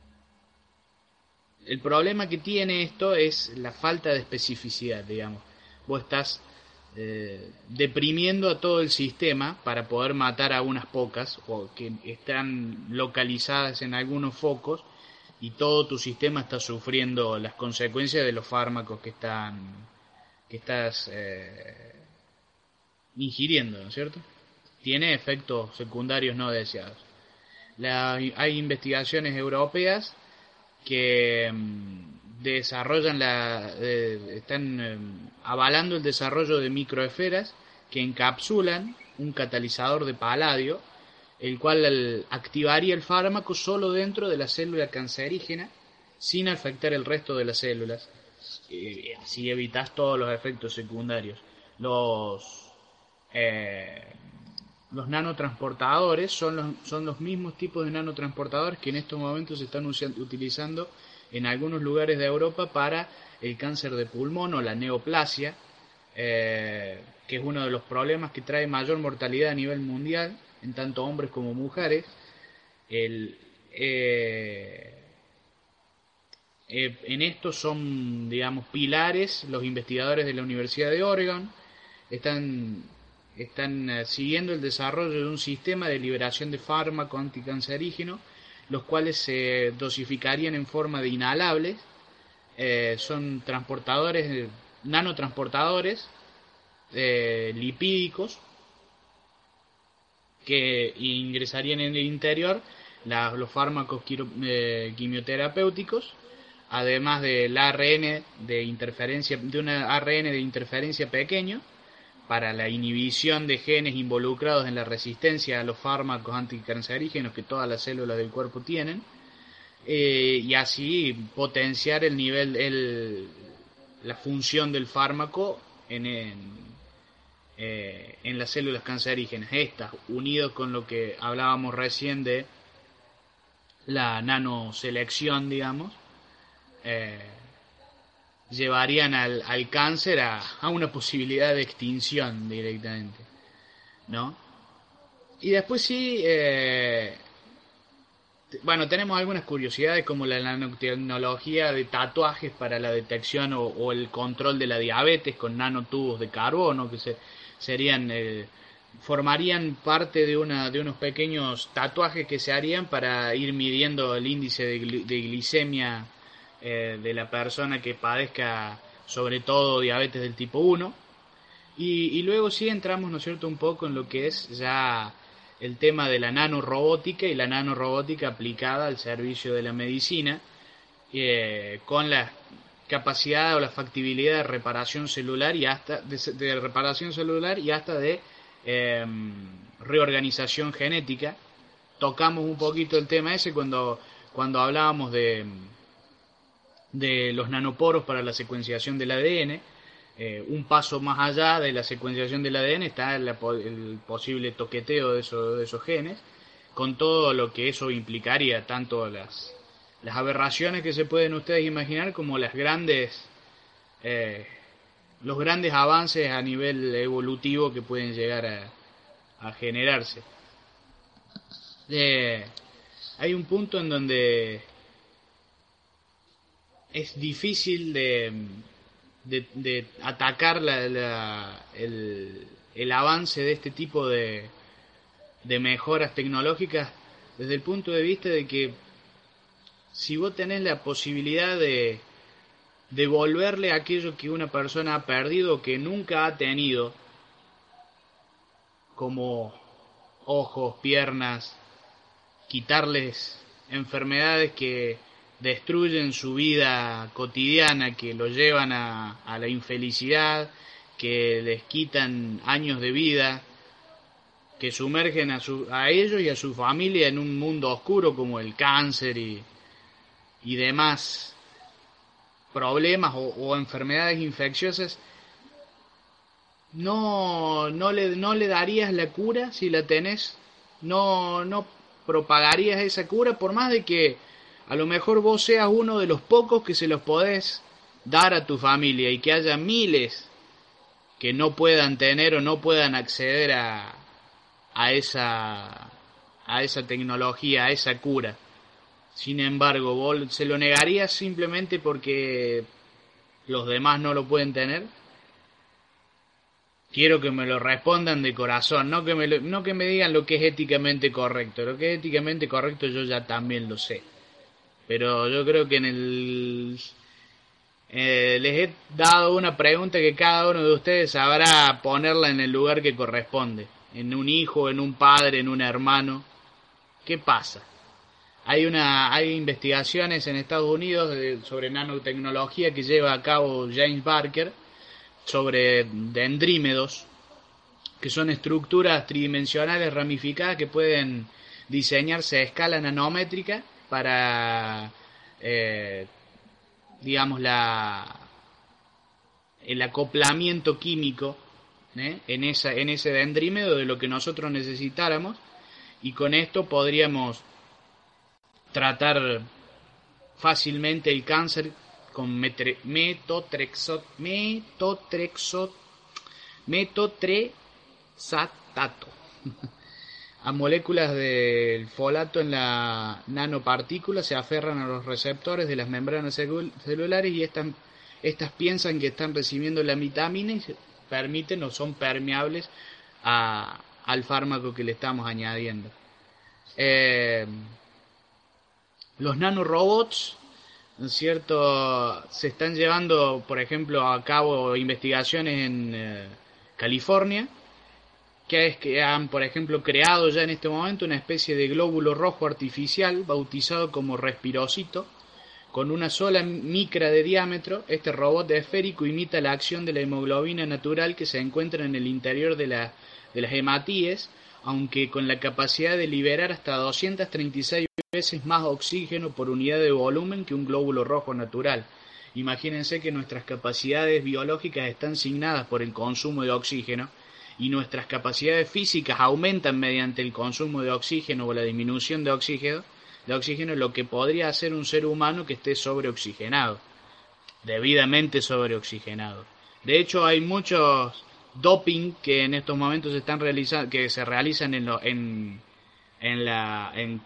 el problema que tiene esto es la falta de especificidad, digamos. Vos estás eh, deprimiendo a todo el sistema para poder matar a unas pocas, o que están localizadas en algunos focos, y todo tu sistema está sufriendo las consecuencias de los fármacos que están que estás eh, ingiriendo, ¿no es cierto? Tiene efectos secundarios no deseados. La, hay investigaciones europeas que mmm, desarrollan la eh, están eh, avalando el desarrollo de microesferas que encapsulan un catalizador de paladio, el cual el, activaría el fármaco solo dentro de la célula cancerígena sin afectar el resto de las células. Eh, así evitas todos los efectos secundarios. Los eh, los nanotransportadores son los, son los mismos tipos de nanotransportadores que en estos momentos se están utilizando en algunos lugares de Europa para el cáncer de pulmón o la neoplasia, eh, que es uno de los problemas que trae mayor mortalidad a nivel mundial en tanto hombres como mujeres. El, eh, eh, en esto son, digamos, pilares los investigadores de la Universidad de Oregon. Están están uh, siguiendo el desarrollo de un sistema de liberación de fármaco anticancerígeno, los cuales se dosificarían en forma de inhalables. Eh, son transportadores, eh, nanotransportadores, eh, lipídicos que ingresarían en el interior, la, los fármacos quiro, eh, quimioterapéuticos, además del A R N de interferencia, de un A R N de interferencia pequeño para la inhibición de genes involucrados en la resistencia a los fármacos anticancerígenos que todas las células del cuerpo tienen, eh, y así potenciar el nivel, el, la función del fármaco en, en, eh, en las células cancerígenas. Estas, unidos con lo que hablábamos recién de la nanoselección, digamos, eh, llevarían al, al cáncer a, a una posibilidad de extinción directamente, ¿no? Y después sí, eh, bueno, tenemos algunas curiosidades como la nanotecnología de tatuajes para la detección o, o el control de la diabetes con nanotubos de carbono que se, serían eh, formarían parte de una de unos pequeños tatuajes que se harían para ir midiendo el índice de, gli, de glicemia eh, de la persona que padezca sobre todo diabetes del tipo uno. Y, y luego sí entramos, ¿no es cierto?, un poco en lo que es ya el tema de la nanorobótica y la nanorobótica aplicada al servicio de la medicina, eh, con la capacidad o la factibilidad de reparación celular y hasta de, de reparación celular y hasta de eh, reorganización genética. Tocamos un poquito el tema ese cuando cuando hablábamos de de los nanoporos para la secuenciación del A D N. Eh, un paso más allá de la secuenciación del A D N está el, el posible toqueteo de, eso, de esos genes, con todo lo que eso implicaría, tanto las, las aberraciones que se pueden ustedes imaginar como las grandes eh, los grandes avances a nivel evolutivo que pueden llegar a, a generarse. Eh, hay un punto en donde es difícil de De, de atacar la, la, el, el avance de este tipo de, de mejoras tecnológicas desde el punto de vista de que si vos tenés la posibilidad de devolverle aquello que una persona ha perdido o que nunca ha tenido, como ojos, piernas, quitarles enfermedades que destruyen su vida cotidiana, que lo llevan a, a la infelicidad, que les quitan años de vida, que sumergen a, su, a ellos y a su familia en un mundo oscuro como el cáncer y, y demás problemas o, o enfermedades infecciosas. No, no, le, no le darías la cura si la tenés, no, no propagarías esa cura por más de que a lo mejor vos seas uno de los pocos que se los podés dar a tu familia y que haya miles que no puedan tener o no puedan acceder a, a esa a esa tecnología, a esa cura. Sin embargo, vos se lo negarías simplemente porque los demás no lo pueden tener. Quiero que me lo respondan de corazón, no que me lo, no que me digan lo que es éticamente correcto. Lo que es éticamente correcto yo ya también lo sé. Pero yo creo que en el eh, les he dado una pregunta que cada uno de ustedes sabrá ponerla en el lugar que corresponde. En un hijo, en un padre, en un hermano. ¿Qué pasa? Hay una hay investigaciones en Estados Unidos de, sobre nanotecnología que lleva a cabo James Barker sobre dendrímedos, que son estructuras tridimensionales ramificadas que pueden diseñarse a escala nanométrica para, eh, digamos, la el acoplamiento químico ¿eh? en esa en ese dendrímedo de lo que nosotros necesitáramos, y con esto podríamos tratar fácilmente el cáncer con metre, metotrexot, metotrexot, metotrexatato. A moléculas del folato en la nanopartícula se aferran a los receptores de las membranas celu celulares y estas, estas piensan que están recibiendo la vitamina y se permiten o son permeables a, al fármaco que le estamos añadiendo. Eh, los nanorobots, ¿no es cierto?, se están llevando, por ejemplo, a cabo investigaciones en, eh, California, que es que han, por ejemplo, creado ya en este momento una especie de glóbulo rojo artificial bautizado como Respirocito, con una sola micra de diámetro. Este robot esférico imita la acción de la hemoglobina natural que se encuentra en el interior de, la, de las hematíes, aunque con la capacidad de liberar hasta doscientas treinta y seis veces más oxígeno por unidad de volumen que un glóbulo rojo natural. Imagínense que nuestras capacidades biológicas están asignadas por el consumo de oxígeno, y nuestras capacidades físicas aumentan mediante el consumo de oxígeno o la disminución de oxígeno, de oxígeno, lo que podría hacer un ser humano que esté sobreoxigenado, debidamente sobreoxigenado. De hecho, hay muchos doping que en estos momentos se están realizando, que se realizan en, lo, en, en la en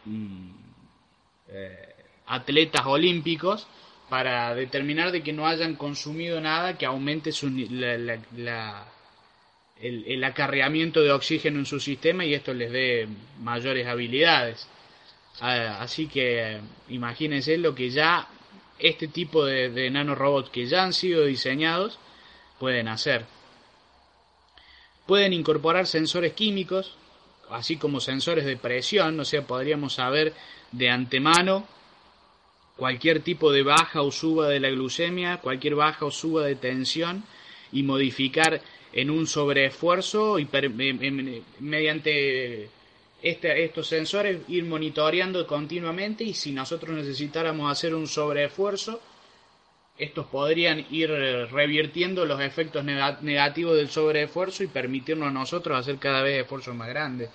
eh, atletas olímpicos, para determinar de que no hayan consumido nada que aumente su, la, la, la El, el acarreamiento de oxígeno en su sistema, y esto les dé mayores habilidades. Así que imagínense lo que ya este tipo de, de nanorobots que ya han sido diseñados pueden hacer. Pueden incorporar sensores químicos, así como sensores de presión, o sea, podríamos saber de antemano cualquier tipo de baja o suba de la glucemia, cualquier baja o suba de tensión, y modificar en un sobreesfuerzo y per, eh, mediante este, estos sensores ir monitoreando continuamente, y si nosotros necesitáramos hacer un sobreesfuerzo, estos podrían ir revirtiendo los efectos negativos del sobreesfuerzo y permitirnos a nosotros hacer cada vez esfuerzos más grandes.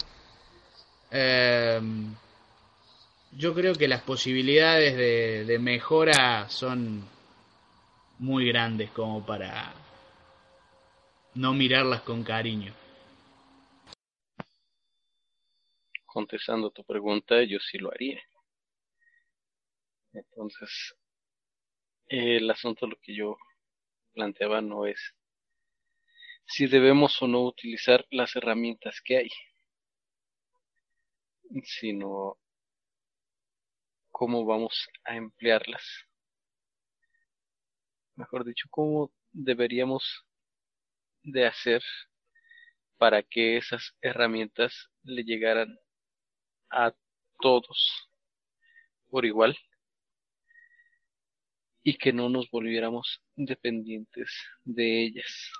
Eh, yo creo que las posibilidades de, de mejora son muy grandes como para no mirarlas con cariño. Contestando tu pregunta, yo sí lo haría. Entonces, el asunto, lo que yo planteaba, no es si debemos o no utilizar las herramientas que hay, sino cómo vamos a emplearlas. Mejor dicho, cómo deberíamos de hacer para que esas herramientas le llegaran a todos por igual y que no nos volviéramos dependientes de ellas.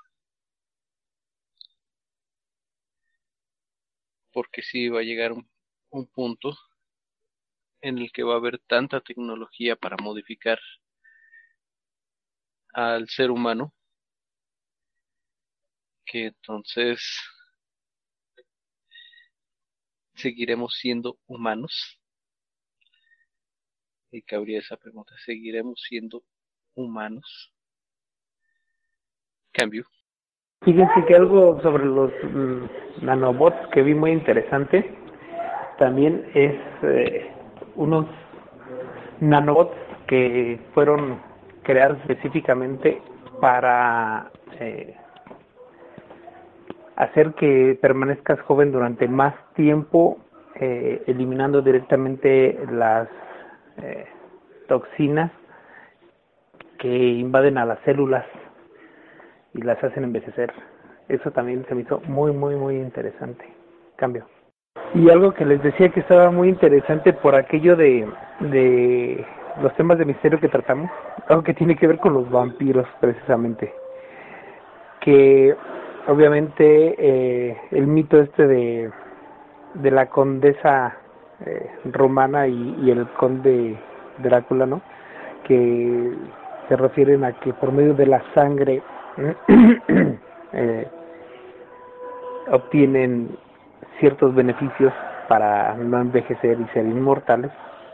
Porque sí va a llegar un, un punto en el que va a haber tanta tecnología para modificar al ser humano, que entonces seguiremos siendo humanos. Y cabría esa pregunta: ¿seguiremos siendo humanos? Cambio. Fíjense que algo sobre los mm, nanobots que vi muy interesante también es eh, unos nanobots que fueron creados específicamente para eh, hacer que permanezcas joven durante más tiempo, eh, eliminando directamente las eh, toxinas que invaden a las células y las hacen envejecer. Eso también se me hizo muy, muy, muy interesante. Cambio. Y algo que les decía que estaba muy interesante por aquello de, de los temas de misterio que tratamos, algo que tiene que ver con los vampiros precisamente, que obviamente eh, el mito este de, de la condesa eh, romana y, y el conde Drácula, ¿no?, que se refieren a que por medio de la sangre eh, obtienen ciertos beneficios para no envejecer y ser inmortales.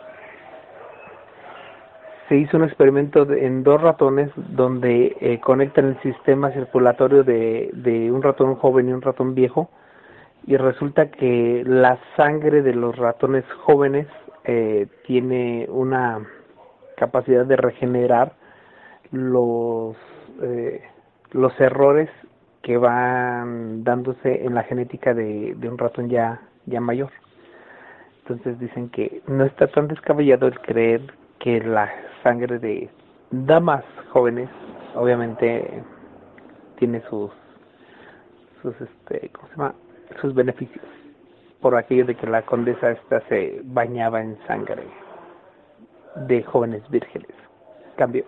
Se hizo un experimento de, en dos ratones donde eh, conectan el sistema circulatorio de, de un ratón joven y un ratón viejo, y resulta que la sangre de los ratones jóvenes eh, tiene una capacidad de regenerar los eh, los errores que van dándose en la genética de, de un ratón ya ya mayor. Entonces dicen que no está tan descabellado el creer que la sangre de damas jóvenes obviamente tiene sus sus, este, ¿cómo se llama? Sus beneficios, por aquello de que la condesa esta se bañaba en sangre de jóvenes vírgenes. Cambio.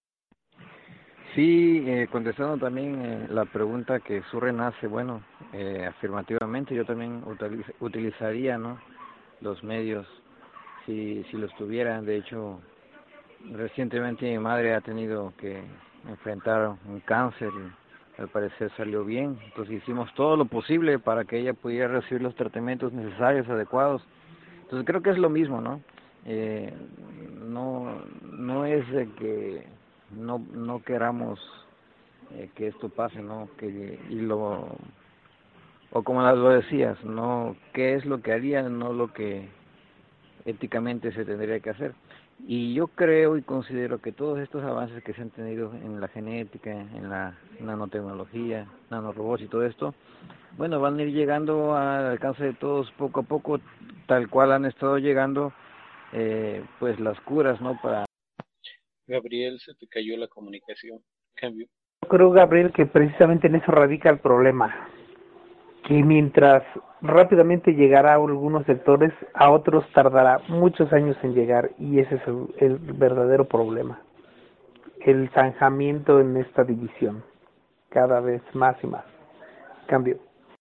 Sí, eh, contestando también eh, la pregunta que Surren hace, bueno, eh, afirmativamente yo también utiliz utilizaría, ¿no?, los medios si, si los tuviera. De hecho, recientemente mi madre ha tenido que enfrentar un cáncer y al parecer salió bien, entonces hicimos todo lo posible para que ella pudiera recibir los tratamientos necesarios, adecuados. Entonces creo que es lo mismo, ¿no? Eh, no, no es de que no, no queramos eh, que esto pase, ¿no? Que, y lo, o como lo decías, no, qué es lo que haría, no lo que éticamente se tendría que hacer. Y yo creo y considero que todos estos avances que se han tenido en la genética, en la nanotecnología, nanorobots y todo esto, bueno, van a ir llegando al alcance de todos poco a poco, tal cual han estado llegando, eh, pues las curas, ¿no? Para... Gabriel, se te cayó la comunicación. Cambio. Yo creo, Gabriel, que precisamente en eso radica el problema, que mientras rápidamente llegará a algunos sectores, a otros tardará muchos años en llegar, y ese es el, el verdadero problema, el zanjamiento en esta división, cada vez más y más. Cambio.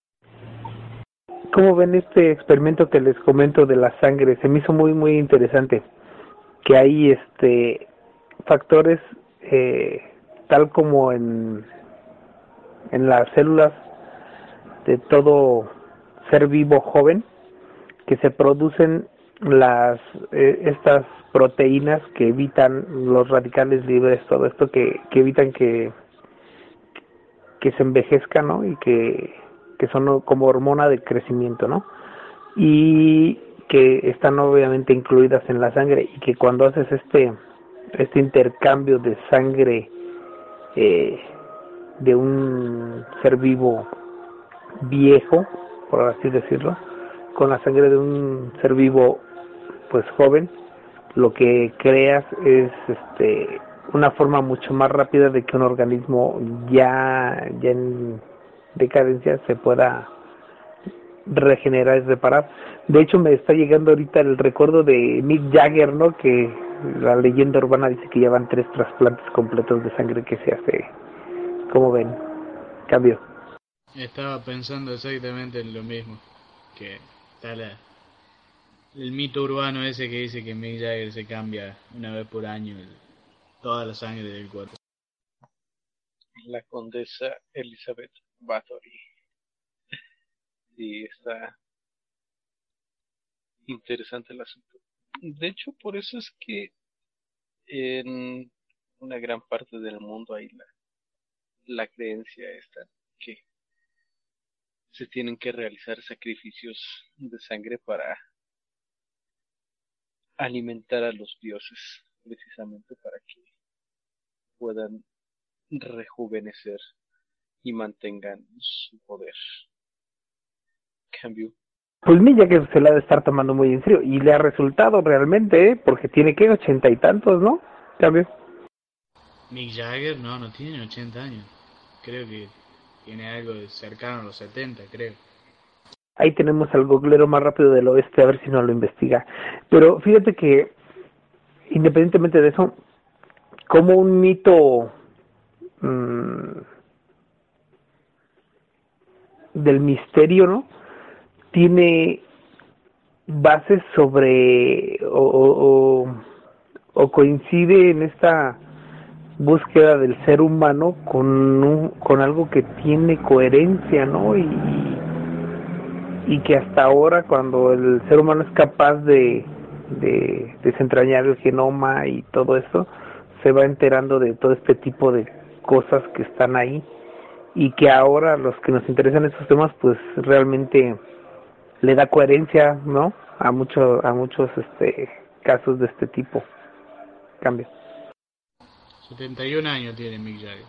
¿Cómo ven este experimento que les comento de la sangre? Se me hizo muy muy interesante, que hay este factores eh, tal como en en las células de todo ser vivo joven, que se producen las eh, estas proteínas que evitan los radicales libres, todo esto que, que evitan que que se envejezca, ¿no? Y que, que son como hormona de crecimiento, ¿no? Y que están obviamente incluidas en la sangre, y que cuando haces este este intercambio de sangre eh, de un ser vivo viejo, por así decirlo, con la sangre de un ser vivo pues joven, lo que creas es este una forma mucho más rápida de que un organismo ya ya en decadencia se pueda regenerar y reparar. De hecho, me está llegando ahorita el recuerdo de Mick Jagger, ¿no? Que la leyenda urbana dice que llevan tres trasplantes completos de sangre que se hace. ¿Cómo ven? Cambio. Estaba pensando exactamente en lo mismo, que está la, el mito urbano ese que dice que Mick Jagger se cambia una vez por año el, toda la sangre del cuerpo. La condesa Elizabeth Bathory. Sí, está interesante el asunto. De hecho, por eso es que en una gran parte del mundo hay la, la creencia esta que se tienen que realizar sacrificios de sangre para alimentar a los dioses, precisamente para que puedan rejuvenecer y mantengan su poder. Cambio. Pues Mick Jagger se la ha de estar tomando muy en serio, y le ha resultado realmente, ¿eh? Porque tiene que ochenta y tantos, ¿no? Cambio. Mick Jagger no, no tiene ochenta años. Creo que tiene algo de cercano a los setenta, creo. Ahí tenemos al googlero más rápido del oeste, a ver si no lo investiga. Pero fíjate que, independientemente de eso, como un mito mmm, del misterio, ¿no? Tiene bases sobre o, o, o coincide en esta búsqueda del ser humano con un, con algo que tiene coherencia, ¿no? Y, y que hasta ahora, cuando el ser humano es capaz de, de desentrañar el genoma y todo esto, se va enterando de todo este tipo de cosas que están ahí, y que ahora los que nos interesan estos temas pues realmente le da coherencia, ¿no? A muchos a muchos este casos de este tipo. Cambio. setenta y un años tiene Mick Jagger.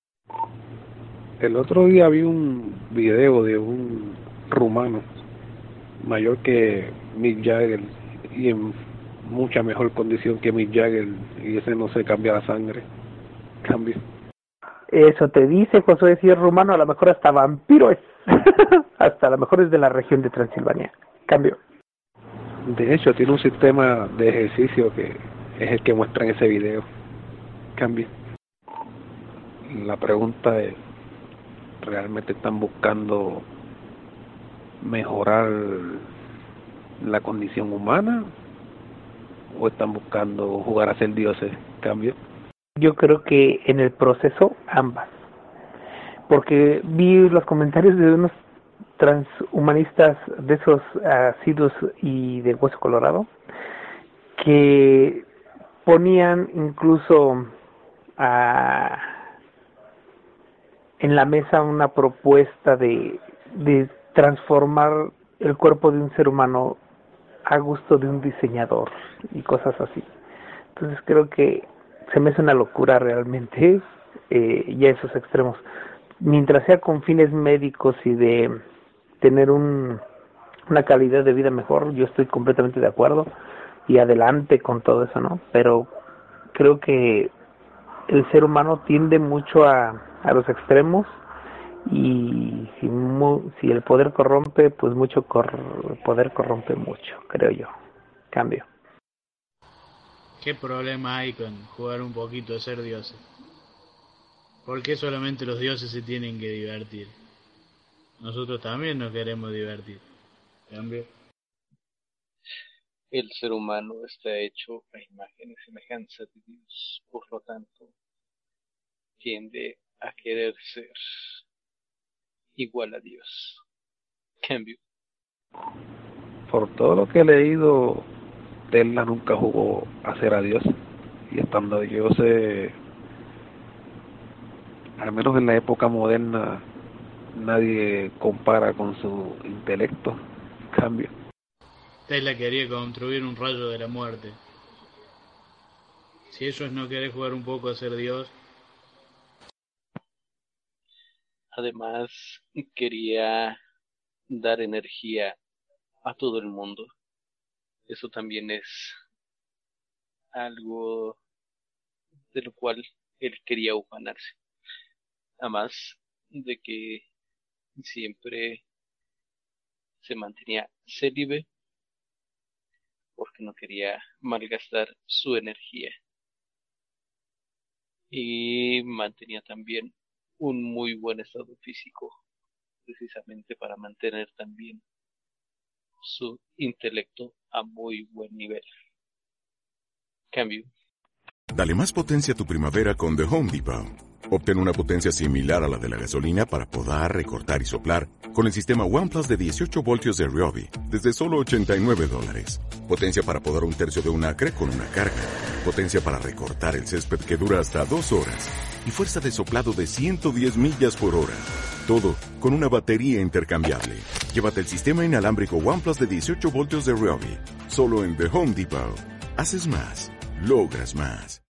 El otro día vi un video de un rumano mayor que Mick Jagger y en mucha mejor condición que Mick Jagger, y ese no se cambia la sangre. Cambio. Eso te dice Josué Sierra Humano, a lo mejor hasta vampiro es. Hasta a lo mejor es de la región de Transilvania. Cambio. De hecho, tiene un sistema de ejercicio que es el que muestra en ese video. Cambio. La pregunta es, ¿realmente están buscando mejorar la condición humana o están buscando jugar a ser dioses? Cambio. Yo creo que en el proceso ambas, porque vi los comentarios de unos transhumanistas de esos asiduos y de hueso colorado que ponían incluso a, en la mesa una propuesta de, de transformar el cuerpo de un ser humano a gusto de un diseñador y cosas así. Entonces creo que se me hace una locura realmente eh, ya esos extremos. Mientras sea con fines médicos y de tener un, una calidad de vida mejor, yo estoy completamente de acuerdo y adelante con todo eso, ¿no? Pero creo que el ser humano tiende mucho a, a los extremos y si, mu, si el poder corrompe, pues mucho cor, el poder corrompe mucho, creo yo. Cambio. ¿Qué problema hay con jugar un poquito de ser dioses? ¿Por qué solamente los dioses se tienen que divertir? Nosotros también nos queremos divertir. ¿Cambio? El ser humano está hecho a imagen y semejanza de Dios, por lo tanto, tiende a querer ser igual a Dios. Cambio. Por todo lo que he leído, Tesla nunca jugó a ser a Dios. Y estando yo sé, al menos en la época moderna, nadie compara con su intelecto. Cambio. Tesla quería construir un rayo de la muerte. Si eso es no querer jugar un poco a ser Dios. Además, quería dar energía a todo el mundo. Eso también es algo de lo cual él quería ufanarse. Además de que siempre se mantenía célibe porque no quería malgastar su energía. Y mantenía también un muy buen estado físico, precisamente para mantener también su intelecto a muy buen nivel. Cambio. Dale más potencia a tu primavera con The Home Depot. Obtén una potencia similar a la de la gasolina para podar, recortar y soplar con el sistema OnePlus de dieciocho voltios de Ryobi desde solo ochenta y nueve dólares. Potencia para podar un tercio de un acre con una carga. Potencia para recortar el césped que dura hasta dos horas. Y fuerza de soplado de ciento diez millas por hora. Todo con una batería intercambiable. Llévate el sistema inalámbrico OnePlus de dieciocho voltios de Ryobi. Solo en The Home Depot. Haces más. Logras más.